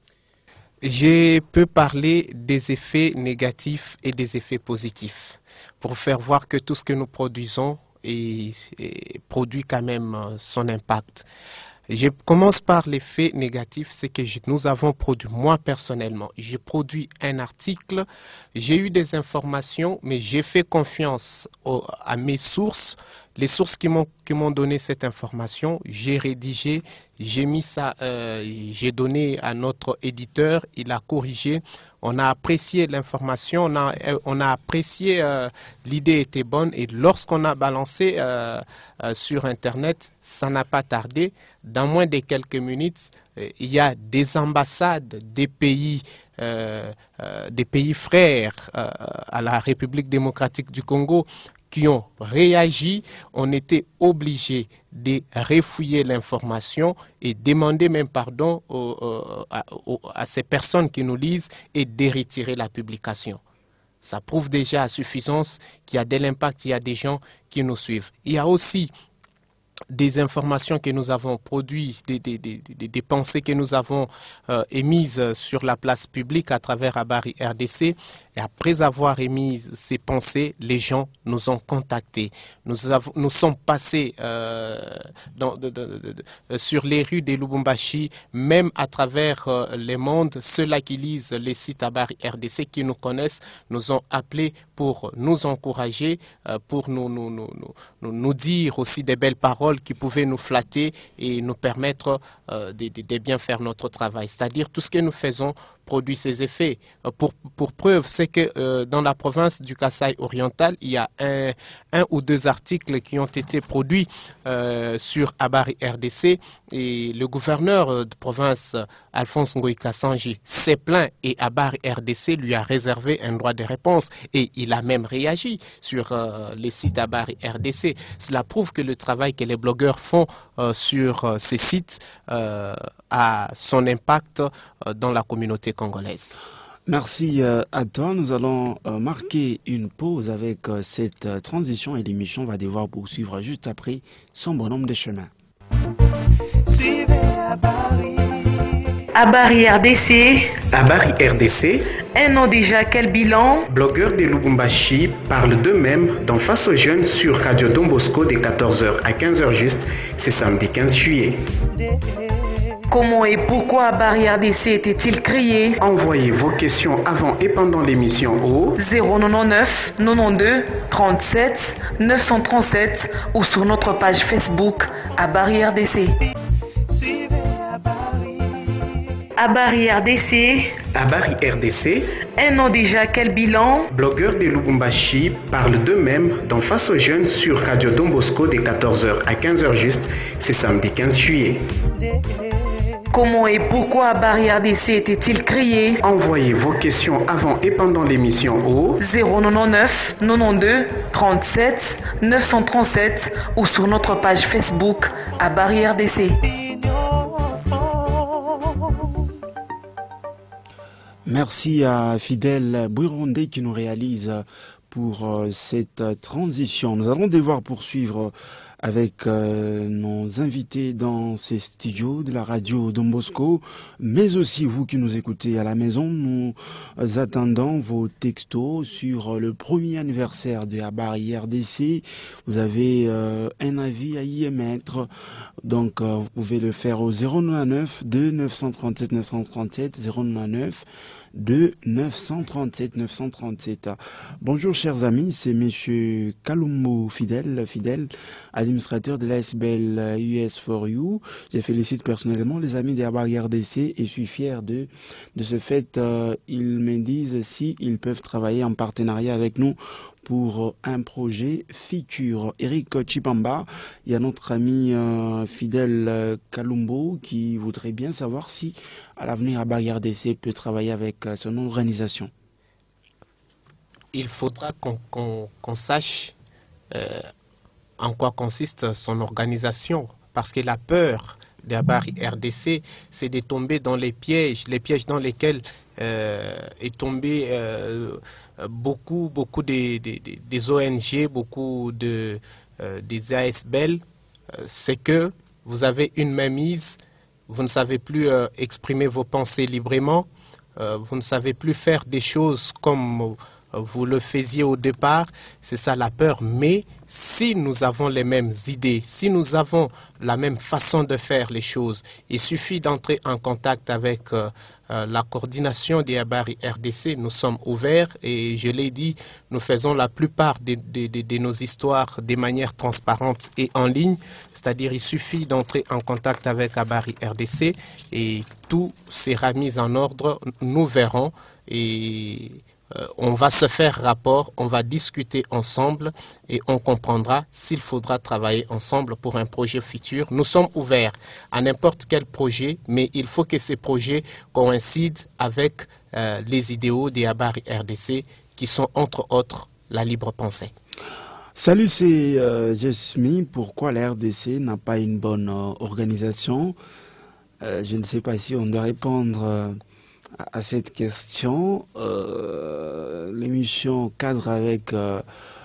Je peux parler des effets négatifs et des effets positifs pour faire voir que tout ce que nous produisons et, et produit quand même son impact. Je commence par l'effet négatif, c'est que je, nous avons produit, moi personnellement, j'ai produit un article, j'ai eu des informations, mais j'ai fait confiance au, à mes sources, les sources qui m'ont qui m'ont donné cette information, j'ai rédigé, j'ai mis ça, euh, j'ai donné à notre éditeur, il a corrigé, on a apprécié l'information, on a, on a apprécié, euh, l'idée était bonne et lorsqu'on a balancé euh, euh, sur Internet, ça n'a pas tardé, dans moins de quelques minutes, euh, il y a des ambassades des pays, euh, euh, des pays frères euh, à la République démocratique du Congo qui ont réagi. On était obligé de refouiller l'information et demander même pardon aux, aux, à, aux, à ces personnes qui nous lisent et de retirer la publication. Ça prouve déjà à suffisance qu'il y a de l'impact, il y a des gens qui nous suivent. Il y a aussi des informations que nous avons produites, des, des, des, des, des pensées que nous avons euh, émises sur la place publique à travers Barrière d'essai. Et après avoir émis ces pensées, les gens nous ont contactés. Nous, avons, nous sommes passés euh, dans, de, de, de, de, sur les rues de Lubumbashi, même à travers euh, les mondes. Ceux-là qui lisent les sites à Barrière d'essai, qui nous connaissent, nous ont appelés pour nous encourager, euh, pour nous, nous, nous, nous, nous dire aussi des belles paroles qui pouvaient nous flatter et nous permettre euh, de, de, de bien faire notre travail. C'est-à-dire tout ce que nous faisons produit ses effets. Pour, pour preuve, c'est que euh, dans la province du Kasaï oriental, il y a un, un ou deux articles qui ont été produits euh, sur Barrière d'essai et le gouverneur de province, Alphonse Ngoï Kassanji, s'est plaint et Barrière d'essai lui a réservé un droit de réponse et il a même réagi sur euh, les sites Barrière d'essai. Cela prouve que le travail que les blogueurs font euh, sur euh, ces sites euh, a son impact euh, dans la communauté congolaise. Merci euh, à toi. Nous allons euh, marquer une pause avec euh, cette euh, transition et l'émission va devoir poursuivre juste après son bonhomme de chemin. À Barrière d'essai. À Barrière d'essai. Un an déjà, quel bilan? Blogueurs de Lubumbashi parlent d'eux-mêmes dans Face aux jeunes sur Radio Don Bosco de quatorze heures à quinze heures juste, c'est samedi quinze juillet. Comment et pourquoi Barrière d'essai était-il créé? Envoyez vos questions avant et pendant l'émission au zéro quatre-vingt-neuf quatre-vingt-douze trente-sept neuf cent trente-sept ou sur notre page Facebook à Barrière d'essai. À Barrière d'essai. À Barrière d'essai. Un an déjà, quel bilan? Blogueurs de Lubumbashi parlent d'eux-mêmes dans Face aux jeunes sur Radio Don Bosco de quatorze heures à quinze heures juste, c'est samedi quinze juillet. Comment et pourquoi Abari R D C était-il créé? Envoyez vos questions avant et pendant l'émission au zéro neuf neuf quatre-vingt-douze trente-sept neuf cent trente-sept ou sur notre page Facebook Abari R D C. Merci à Fidèle Bouirondé qui nous réalise pour cette transition. Nous allons devoir poursuivre avec euh, nos invités dans ces studios de la radio Don Bosco, mais aussi vous qui nous écoutez à la maison. Nous attendons vos textos sur le premier anniversaire de Abari R D C. Vous avez euh, un avis à y émettre, donc euh, vous pouvez le faire au zéro neuf deux neuf cent trente-sept neuf cent trente-sept, zéro neuf deux neuf cent trente-sept neuf cent trente-sept. Bonjour chers amis, c'est monsieur Kalumbo Fidèle, Fidèle, administrateur de l'A S B L U S quatre U. Je félicite personnellement les amis de Abari R D C et je suis fier de, de ce fait. Euh, ils me disent si ils peuvent travailler en partenariat avec nous pour un projet futur. Eric Chipamba, il y a notre ami euh, Fidèle euh, Kalumbo qui voudrait bien savoir si à l'avenir Abari R D C peut travailler avec euh, son organisation. Il faudra qu'on qu'on, qu'on sache euh, en quoi consiste son organisation, parce que la peur d'Abari R D C, c'est de tomber dans les pièges, les pièges dans lesquels euh, est tombé euh, beaucoup, beaucoup des, des, des O N G, beaucoup de, euh, des A S B L. Euh, c'est que vous avez une mainmise, vous ne savez plus euh, exprimer vos pensées librement, euh, vous ne savez plus faire des choses comme vous le faisiez au départ, c'est ça la peur. Mais si nous avons les mêmes idées, si nous avons la même façon de faire les choses, il suffit d'entrer en contact avec euh, euh, la coordination des Abari R D C. Nous sommes ouverts et je l'ai dit, nous faisons la plupart de, de, de, de nos histoires de manière transparente et en ligne. C'est-à-dire il suffit d'entrer en contact avec Abari R D C et tout sera mis en ordre. Nous verrons et Euh, on va se faire rapport, on va discuter ensemble et on comprendra s'il faudra travailler ensemble pour un projet futur. Nous sommes ouverts à n'importe quel projet, mais il faut que ces projets coïncident avec euh, les idéaux des Abari R D C qui sont entre autres la libre pensée. Salut, c'est euh, Jasmine. Pourquoi la R D C n'a pas une bonne euh, organisation? euh, Je ne sais pas si on doit répondre euh, à cette question. Euh, l'émission cadre avec euh,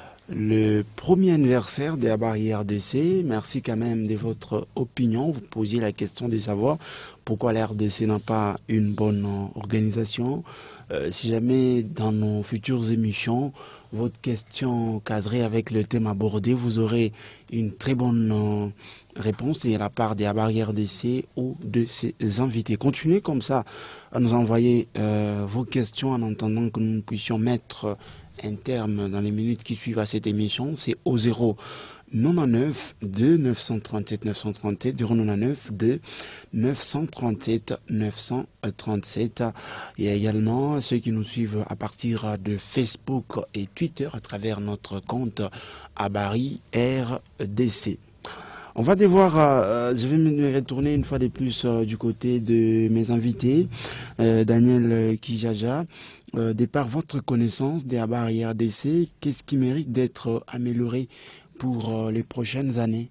le premier anniversaire des Abari R D C. Merci quand même de votre opinion. Vous posiez la question de savoir pourquoi la R D C n'a pas une bonne euh, organisation. Euh, si jamais dans nos futures émissions, votre question cadrée avec le thème abordé, vous aurez une très bonne euh, réponse de la part des Abari R D C ou de ses invités. Continuez comme ça à nous envoyer euh, vos questions en attendant que nous puissions mettre un terme dans les minutes qui suivent à cette émission. C'est au zéro neuf deux neuf cent trente-sept neuf cent trente-sept, zéro neuf deux neuf cent trente-sept neuf cent trente-sept. Il y a également ceux qui nous suivent à partir de Facebook et Twitter à travers notre compte Abari R D C. On va devoir, euh, je vais me retourner une fois de plus euh, du côté de mes invités, euh, Daniel Kijaja. Euh, de par votre connaissance des Abari R D C, qu'est-ce qui mérite d'être amélioré pour euh, les prochaines années?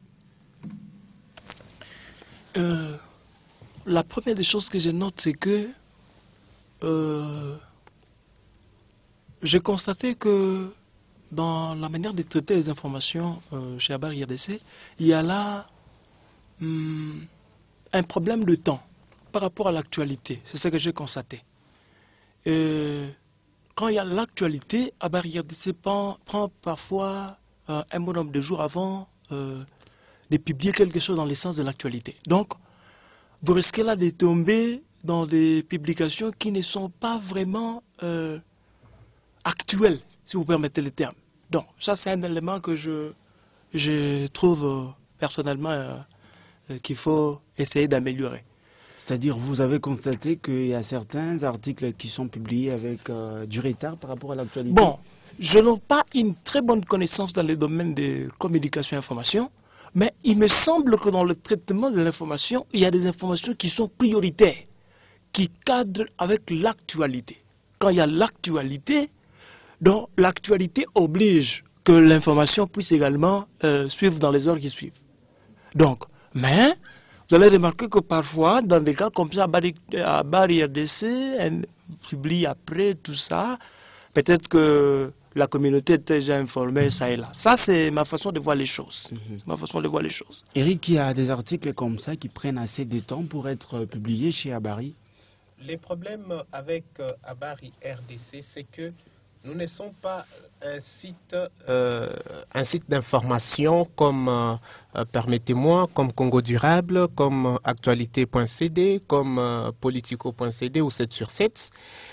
euh, La première des choses que je note, c'est que euh, j'ai constaté que dans la manière de traiter les informations euh, chez Abari R D C, il y a là hum, un problème de temps par rapport à l'actualité. C'est ce que j'ai constaté. Et quand il y a l'actualité, Abari R D C prend, prend parfois euh, un bon nombre de jours avant euh, de publier quelque chose dans le sens de l'actualité. Donc, vous risquez là de tomber dans des publications qui ne sont pas vraiment euh, actuelles, si vous permettez le terme. Donc, ça c'est un élément que je, je trouve euh, personnellement euh, euh, qu'il faut essayer d'améliorer. C'est-à-dire, vous avez constaté qu'il y a certains articles qui sont publiés avec euh, du retard par rapport à l'actualité? Bon, je n'ai pas une très bonne connaissance dans le domaine de communication et information. Mais il me semble que dans le traitement de l'information, il y a des informations qui sont prioritaires, qui cadrent avec l'actualité. Quand il y a l'actualité, donc l'actualité oblige que l'information puisse également euh, suivre dans les heures qui suivent. Donc, mais vous allez remarquer que parfois, dans des cas comme ça, à Bari R D C, elle publie après tout ça, peut-être que la communauté est déjà informée, ça et là. Ça, c'est ma façon de voir les choses. Mm-hmm. ma façon de voir les choses. Eric, il y a des articles comme ça qui prennent assez de temps pour être publiés chez Abari. Les problèmes avec euh, Abari R D C, c'est que nous ne sommes pas un site, euh, un site d'information comme, euh, euh, permettez-moi, comme Congo Durable, comme euh, actualité point c d, comme euh, politico point c d ou sept sur sept.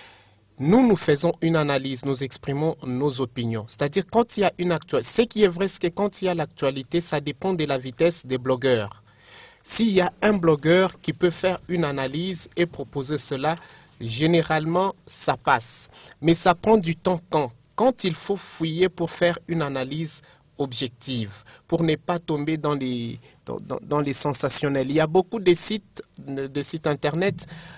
Nous, nous faisons une analyse, nous exprimons nos opinions. C'est-à-dire, quand il y a une actualité, ce qui est vrai, c'est que quand il y a l'actualité, ça dépend de la vitesse des blogueurs. S'il y a un blogueur qui peut faire une analyse et proposer cela, généralement, ça passe. Mais ça prend du temps quand Quand il faut fouiller pour faire une analyse objective, pour ne pas tomber dans les, dans, dans, dans les sensationnels. Il y a beaucoup de sites, de sites internet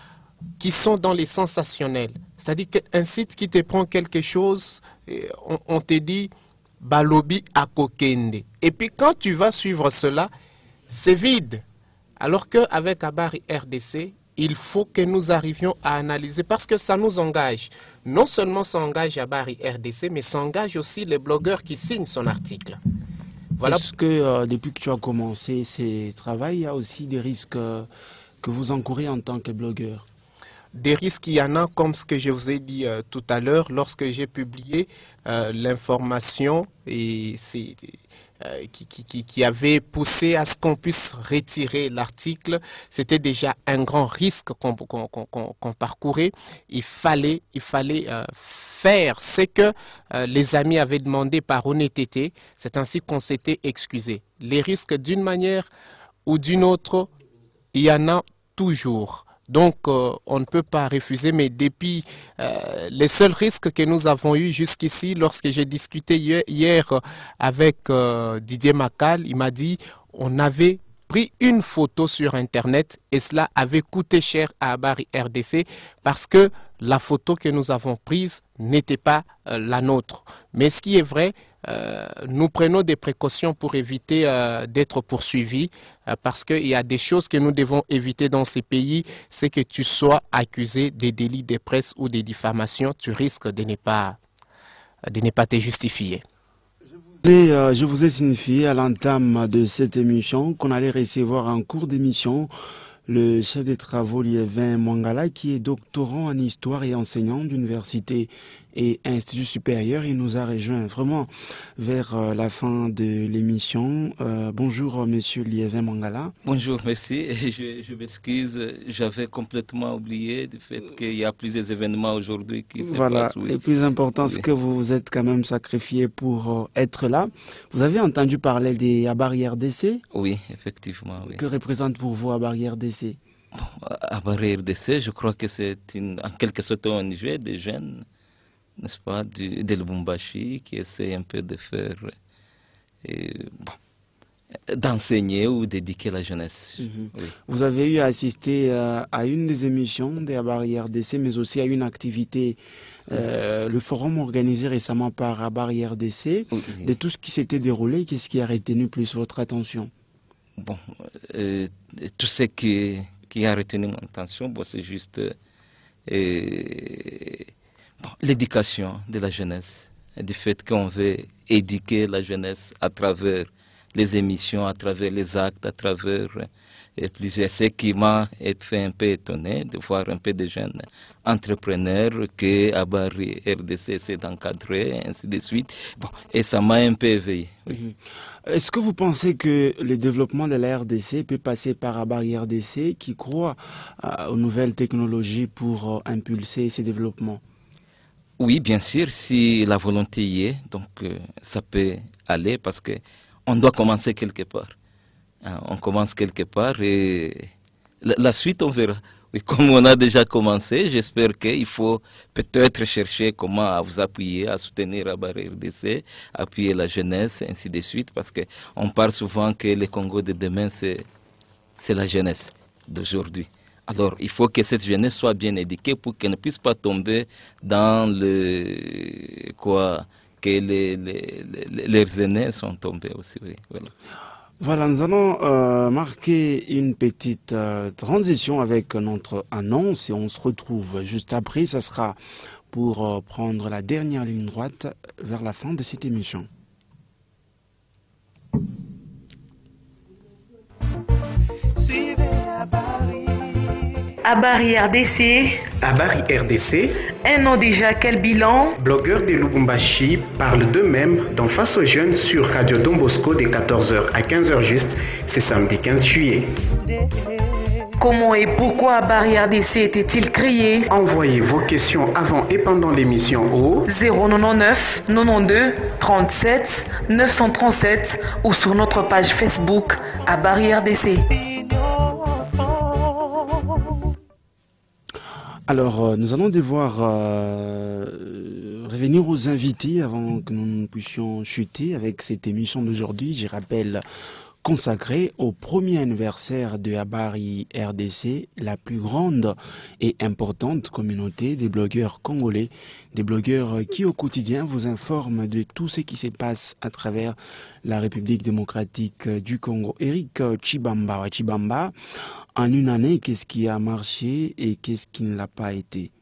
qui sont dans les sensationnels. C'est-à-dire qu'un site qui te prend quelque chose, on, on te dit « Balobi à Kokende ». Et puis quand tu vas suivre cela, c'est vide. Alors qu'avec Abari R D C, il faut que nous arrivions à analyser, parce que ça nous engage. Non seulement ça engage Abari R D C, mais ça engage aussi les blogueurs qui signent son article. Voilà. Est-ce que euh, depuis que tu as commencé ces travaux, il y a aussi des risques euh, que vous encourez en tant que blogueur? Des risques, il y en a, comme ce que je vous ai dit euh, tout à l'heure, lorsque j'ai publié euh, l'information et c'est... Euh, qui, qui, qui avait poussé à ce qu'on puisse retirer l'article. C'était déjà un grand risque qu'on qu'on, qu'on, qu'on parcourait. Il fallait, il fallait euh, faire ce que euh, les amis avaient demandé par honnêteté. C'est ainsi qu'on s'était excusé. Les risques, d'une manière ou d'une autre, il y en a toujours. Donc, euh, on ne peut pas refuser, mais depuis euh, les seuls risques que nous avons eus jusqu'ici, lorsque j'ai discuté hier, hier avec euh, Didier Macal, il m'a dit on avait pris une photo sur Internet et cela avait coûté cher à Abari R D C parce que la photo que nous avons prise n'était pas euh, la nôtre. Mais ce qui est vrai, euh, nous prenons des précautions pour éviter euh, d'être poursuivis euh, parce qu'il y a des choses que nous devons éviter dans ces pays, c'est que tu sois accusé des délits de presse ou des diffamations, tu risques de ne pas, de ne pas te justifier. Et, euh, je vous ai signifié à l'entame de cette émission qu'on allait recevoir en cours d'émission le chef des travaux Liévin Mwangala, qui est doctorant en histoire et enseignant d'université et institut supérieur. Il nous a rejoint vraiment vers euh, la fin de l'émission. Euh, bonjour monsieur Liévin Mwangala. Bonjour, merci. Je, je m'excuse, j'avais complètement oublié du fait qu'il y a plusieurs événements aujourd'hui qui se voilà. passent. Oui. Le plus important, oui. c'est que vous vous êtes quand même sacrifié pour euh, être là. Vous avez entendu parler des Abari R D C? Oui, effectivement. Oui. Que représente pour vous Abari R D C? Abari R D C, je crois que c'est en quelque sorte un O N G des jeunes, n'est-ce pas, du, de Lubumbashi, qui essaie un peu de faire, et, bon, d'enseigner ou d'éduquer la jeunesse. Mm-hmm. Oui. Vous avez eu à assister euh, à une des émissions des Abari R D C, mais aussi à une activité, euh, le forum organisé récemment par Abari R D C, oui. De tout ce qui s'était déroulé. Qu'est-ce qui a retenu plus votre attention? Bon, euh, tout ce qui, qui a retenu mon attention, bon, c'est juste euh, bon, l'éducation de la jeunesse, du fait qu'on veut éduquer la jeunesse à travers les émissions, à travers les actes, à travers et plusieurs. Ce qui m'a fait un peu étonné de voir un peu de jeunes entrepreneurs que Abari R D C essaie d'encadrer, ainsi de suite. Bon, et ça m'a un peu éveillé. Oui. Mm-hmm. Est-ce que vous pensez que le développement de la R D C peut passer par Abari R D C qui croit euh, aux nouvelles technologies pour euh, impulser ces développements? Oui, bien sûr, si la volonté y est, donc euh, ça peut aller parce que on doit commencer quelque part. Hein, on commence quelque part et la, la suite, on verra. Oui, comme on a déjà commencé, j'espère qu'il faut peut-être chercher comment vous appuyer, à soutenir Abari R D C, appuyer la jeunesse, ainsi de suite, parce qu'on parle souvent que le Congo de demain, c'est la jeunesse d'aujourd'hui. Alors, il faut que cette jeunesse soit bien éduquée pour qu'elle ne puisse pas tomber dans le... quoi que les, les, les, leurs aînés sont tombés aussi. Oui, voilà. Voilà, nous allons euh, marquer une petite euh, transition avec notre annonce et on se retrouve juste après. Ça sera pour euh, prendre la dernière ligne droite vers la fin de cette émission. Abari R D C. Abari R D C. Un an déjà, quel bilan? Blogueurs de Lubumbashi parlent d'eux-mêmes dans Face aux jeunes sur Radio Don Bosco de quatorze heures à quinze heures juste, c'est samedi quinze juillet. Comment et pourquoi Abari R D C était-il créé? Envoyez vos questions avant et pendant l'émission au zéro neuf neuf quatre-vingt-douze trente-sept neuf cent trente-sept ou sur notre page Facebook Abari R D C. Alors, euh, nous allons devoir euh, revenir aux invités avant que nous puissions chuter avec cette émission d'aujourd'hui. Je rappelle, consacrée au premier anniversaire de Abari R D C, la plus grande et importante communauté des blogueurs congolais, des blogueurs qui au quotidien vous informent de tout ce qui se passe à travers la République démocratique du Congo. Eric Chibamba, Chibamba, en une année, qu'est-ce qui a marché et qu'est-ce qui ne l'a pas été?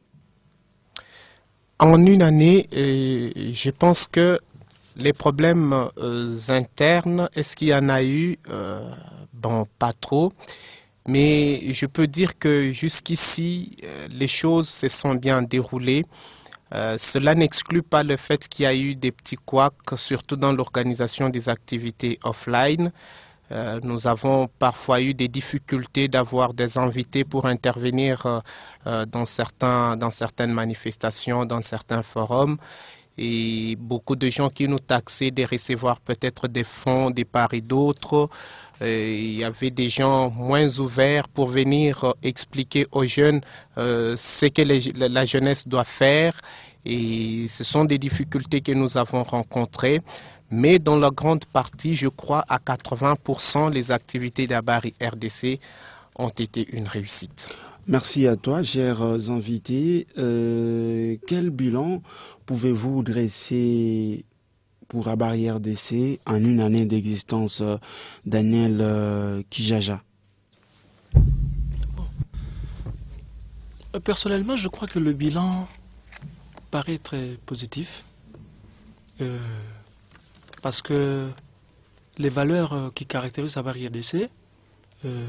En une année, euh, je pense que les problèmes euh, internes, est-ce qu'il y en a eu? euh, Bon, pas trop. Mais je peux dire que jusqu'ici, euh, les choses se sont bien déroulées. Euh, cela n'exclut pas le fait qu'il y a eu des petits couacs, surtout dans l'organisation des activités offline. Euh, nous avons parfois eu des difficultés d'avoir des invités pour intervenir euh, euh, dans, certains, dans certaines manifestations, dans certains forums. Et beaucoup de gens qui nous taxaient de recevoir peut-être des fonds de part et d'autre. Euh, il y avait des gens moins ouverts pour venir euh, expliquer aux jeunes euh, ce que les, la jeunesse doit faire. Et ce sont des difficultés que nous avons rencontrées. Mais dans la grande partie, je crois à quatre-vingts pour cent, les activités d'Abari R D C ont été une réussite. Merci à toi, chers invités. Euh, quel bilan pouvez-vous dresser pour Abari R D C en une année d'existence, Daniel euh, Kijaja? Bon. Personnellement, je crois que le bilan paraît très positif. Euh, parce que les valeurs qui caractérisent Abari R D C, euh,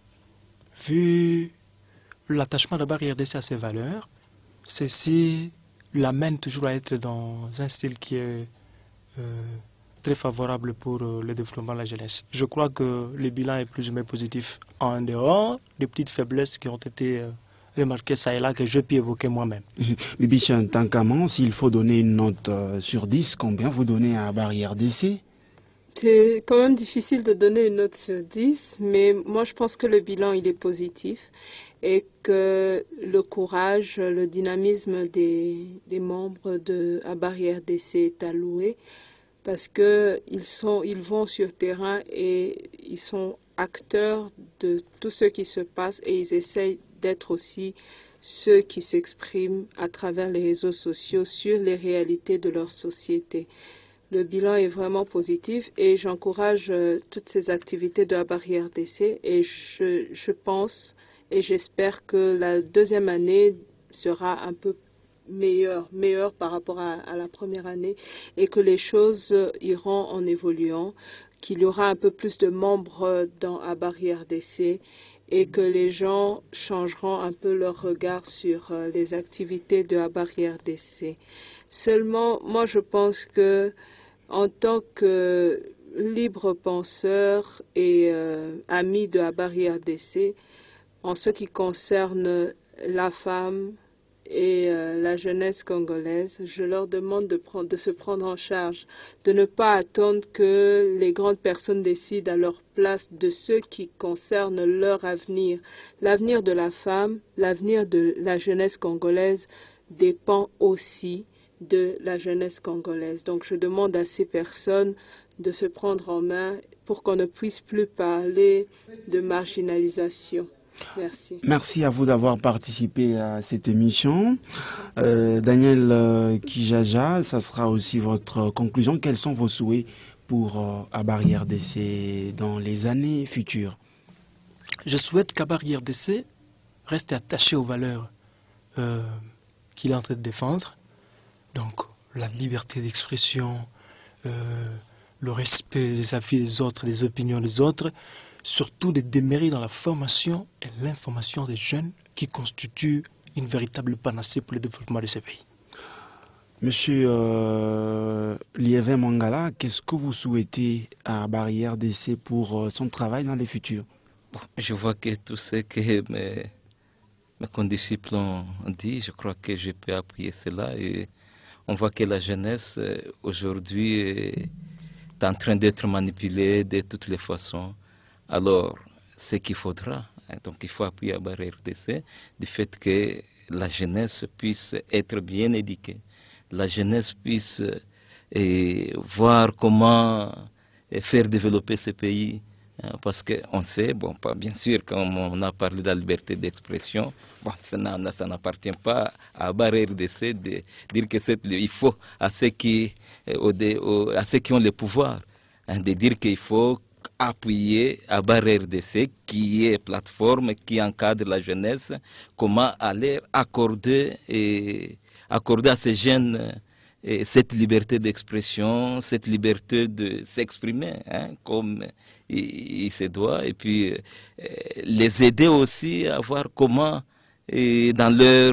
vu l'attachement d'Abari R D C à ces valeurs, ceci l'amène toujours à être dans un style qui est euh, très favorable pour euh, le développement de la jeunesse. Je crois que le bilan est plus ou moins positif en dehors des petites faiblesses qui ont été euh, remarquées ça et là que je peux évoquer moi-même. Bibichan, tant qu'amant, s'il faut donner une note euh, sur dix, combien vous donnez à Abari R D C? C'est quand même difficile de donner une note sur dix, mais moi je pense que le bilan il est positif et que le courage, le dynamisme des, des membres de Abari R D C est à louer parce qu'ils sont, ils vont sur terrain et ils sont acteurs de tout ce qui se passe et ils essayent d'être aussi ceux qui s'expriment à travers les réseaux sociaux sur les réalités de leur société. Le bilan est vraiment positif et j'encourage euh, toutes ces activités de Abari R D C et je, je pense et j'espère que la deuxième année sera un peu meilleure, meilleure par rapport à, à la première année et que les choses iront en évoluant, qu'il y aura un peu plus de membres dans Abari R D C et que les gens changeront un peu leur regard sur euh, les activités de Abari R D C. Seulement, moi je pense que en tant que libre penseur et euh, ami de Abari R D C, en ce qui concerne la femme et euh, la jeunesse congolaise. Je leur demande de, prendre, de se prendre en charge, de ne pas attendre que les grandes personnes décident à leur place de ce qui concerne leur avenir. L'avenir de la femme, l'avenir de la jeunesse congolaise dépend aussi de la jeunesse congolaise. Donc je demande à ces personnes de se prendre en main pour qu'on ne puisse plus parler de marginalisation. Merci. Merci à vous d'avoir participé à cette émission. Euh, Daniel euh, Kijaja, ça sera aussi votre conclusion. Quels sont vos souhaits pour euh, Abari R D C dans les années futures? Je souhaite qu'Abari R D C reste attaché aux valeurs euh, qu'il est en train de défendre. Donc la liberté d'expression, euh, le respect des avis des autres, des opinions des autres, surtout de demeurer dans la formation et l'information des jeunes qui constituent une véritable panacée pour le développement de ce pays. Monsieur euh, Liévin Mangala, qu'est-ce que vous souhaitez à Abari R D C pour euh, son travail dans le futur? Bon, je vois que tout ce que mes, mes condisciples ont dit, je crois que je peux appuyer cela. Et on voit que la jeunesse euh, aujourd'hui est en train d'être manipulée de toutes les façons. Alors, ce qu'il faudra, donc il faut appuyer à Abari R D C, du fait que la jeunesse puisse être bien éduquée, la jeunesse puisse eh, voir comment eh, faire développer ce pays. Hein, parce qu'on sait, bon, pas, bien sûr, comme on a parlé de la liberté d'expression, bon, ça n'appartient pas à Abari R D C de dire que c'est, il faut à ceux qui, eh, au, au, à ceux qui ont le pouvoir, hein, de dire qu'il faut appuyer Abari R D C, qui est plateforme qui encadre la jeunesse, comment aller accorder, et, accorder à ces jeunes et cette liberté d'expression, cette liberté de s'exprimer, hein, comme il, il se doit, et puis euh, les aider aussi à voir comment, et dans leur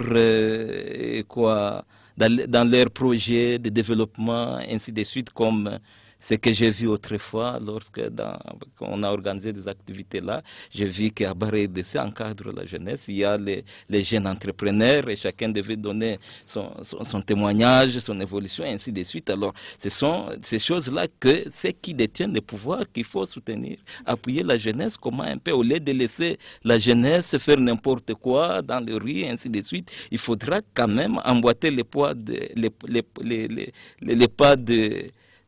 euh, quoi, dans, dans leur projet de développement, ainsi de suite, comme ce que j'ai vu autrefois, lorsque dans, on a organisé des activités là, j'ai vu qu'à Abari R D C encadre la jeunesse, il y a les, les jeunes entrepreneurs et chacun devait donner son, son, son témoignage, son évolution, et ainsi de suite. Alors, ce sont ces choses-là que ceux qui détiennent le pouvoir qu'il faut soutenir, appuyer la jeunesse, comment un peu, au lieu de laisser la jeunesse faire n'importe quoi dans le rue, et ainsi de suite, il faudra quand même emboîter les, poids de, les, les, les, les, les, les pas de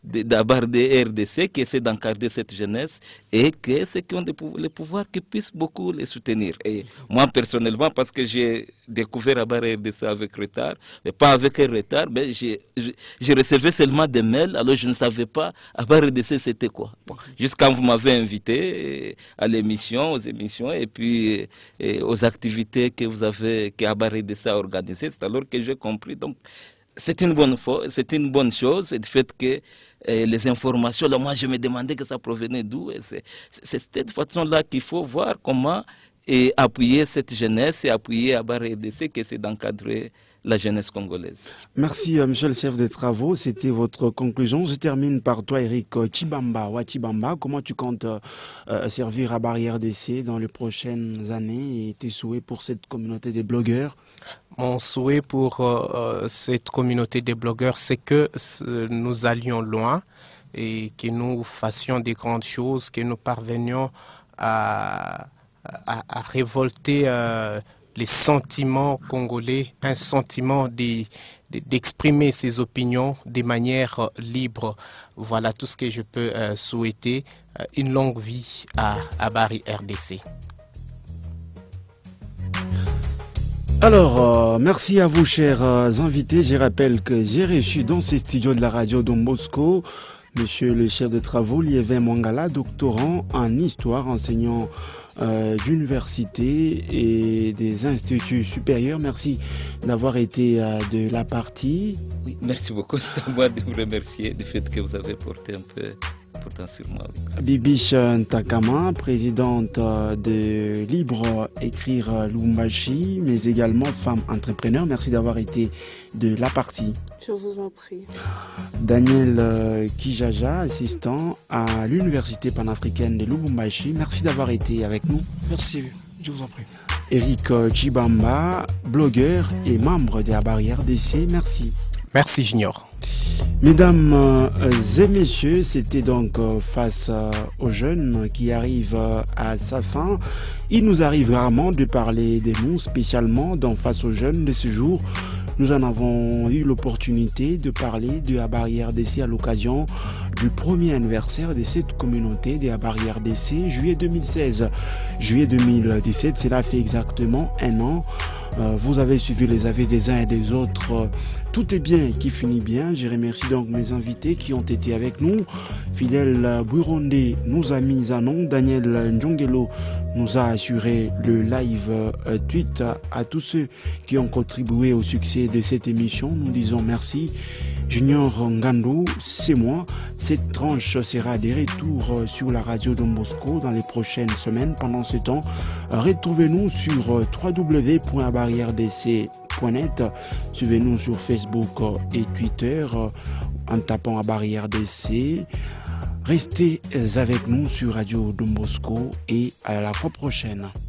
d'Abari R D C qui essaie d'encadrer cette jeunesse et que ceux qui ont le pouvoir qui puissent beaucoup les soutenir. Et moi personnellement, parce que j'ai découvert Abari R D C avec retard, mais pas avec un retard, mais j'ai recevais seulement des mails, alors je ne savais pas Abari R D C c'était quoi. Bon, jusqu'à vous m'avez invité à l'émission, aux émissions et puis et aux activités que vous avez, que Abari R D C a organisées, c'est alors que j'ai compris. Donc c'est une bonne c'est une bonne chose, c'est le fait que eh, les informations, là, moi je me demandais que ça provenait d'où. C'est de cette façon-là qu'il faut voir comment et appuyer cette jeunesse et appuyer Abari R D C qui essaie d'encadrer la jeunesse congolaise. Merci, euh, monsieur le chef des travaux. C'était votre conclusion. Je termine par toi, Eric Chibamba. Ouais, Chibamba, comment tu comptes euh, servir Abari R D C dans les prochaines années et tes souhaits pour cette communauté des blogueurs? Mon souhait pour euh, cette communauté des blogueurs, c'est que nous allions loin et que nous fassions des grandes choses, que nous parvenions à, à, à révolter euh, les sentiments congolais, un sentiment d'exprimer ses opinions de manière libre. Voilà tout ce que je peux euh, souhaiter. Euh, une longue vie à Abari R D C. Alors, euh, merci à vous, chers euh, invités. Je rappelle que j'ai reçu dans ces studios de la radio Don Bosco monsieur le chef de travaux, Liévin Mangala, doctorant en histoire, enseignant euh, d'université et des instituts supérieurs. Merci d'avoir été euh, de la partie. Oui, merci beaucoup. C'est à moi de vous remercier du fait que vous avez porté un peu important sur moi. Bibiche Ntakama, présidente de Libre Écrire Lubumbashi, mais également femme entrepreneur. Merci d'avoir été de la partie. Je vous en prie. Daniel Kijaja, assistant à l'Université panafricaine de Lubumbashi. Merci d'avoir été avec nous. Merci, je vous en prie. Eric Chibamba, blogueur et membre de la barrière D C. Merci. Merci Junior. Mesdames et messieurs, c'était donc face aux jeunes qui arrivent à sa fin. Il nous arrive rarement de parler des nous, spécialement dans Face aux jeunes de ce jour. Nous en avons eu l'opportunité de parler de la barrière D C à l'occasion du premier anniversaire de cette communauté de la barrière D C, juillet deux mille seize. Juillet deux mille dix-sept, cela fait exactement un an. Euh, vous avez suivi les avis des uns et des autres. Euh, tout est bien qui finit bien. Je remercie donc mes invités qui ont été avec nous. Fidèle Burondé nous a mis à nom. Daniel Njongelo nous a assuré le live euh, tweet à, à tous ceux qui ont contribué au succès de cette émission. Nous disons merci. Junior Ngandou, c'est moi. Cette tranche sera des retours sur la radio Don Bosco dans les prochaines semaines. Pendant ce temps, retrouvez-nous sur w w w point barrière d c point net. Suivez-nous sur Facebook et Twitter en tapant à Barrière D C. Restez avec nous sur Radio Don Bosco et à la fois prochaine.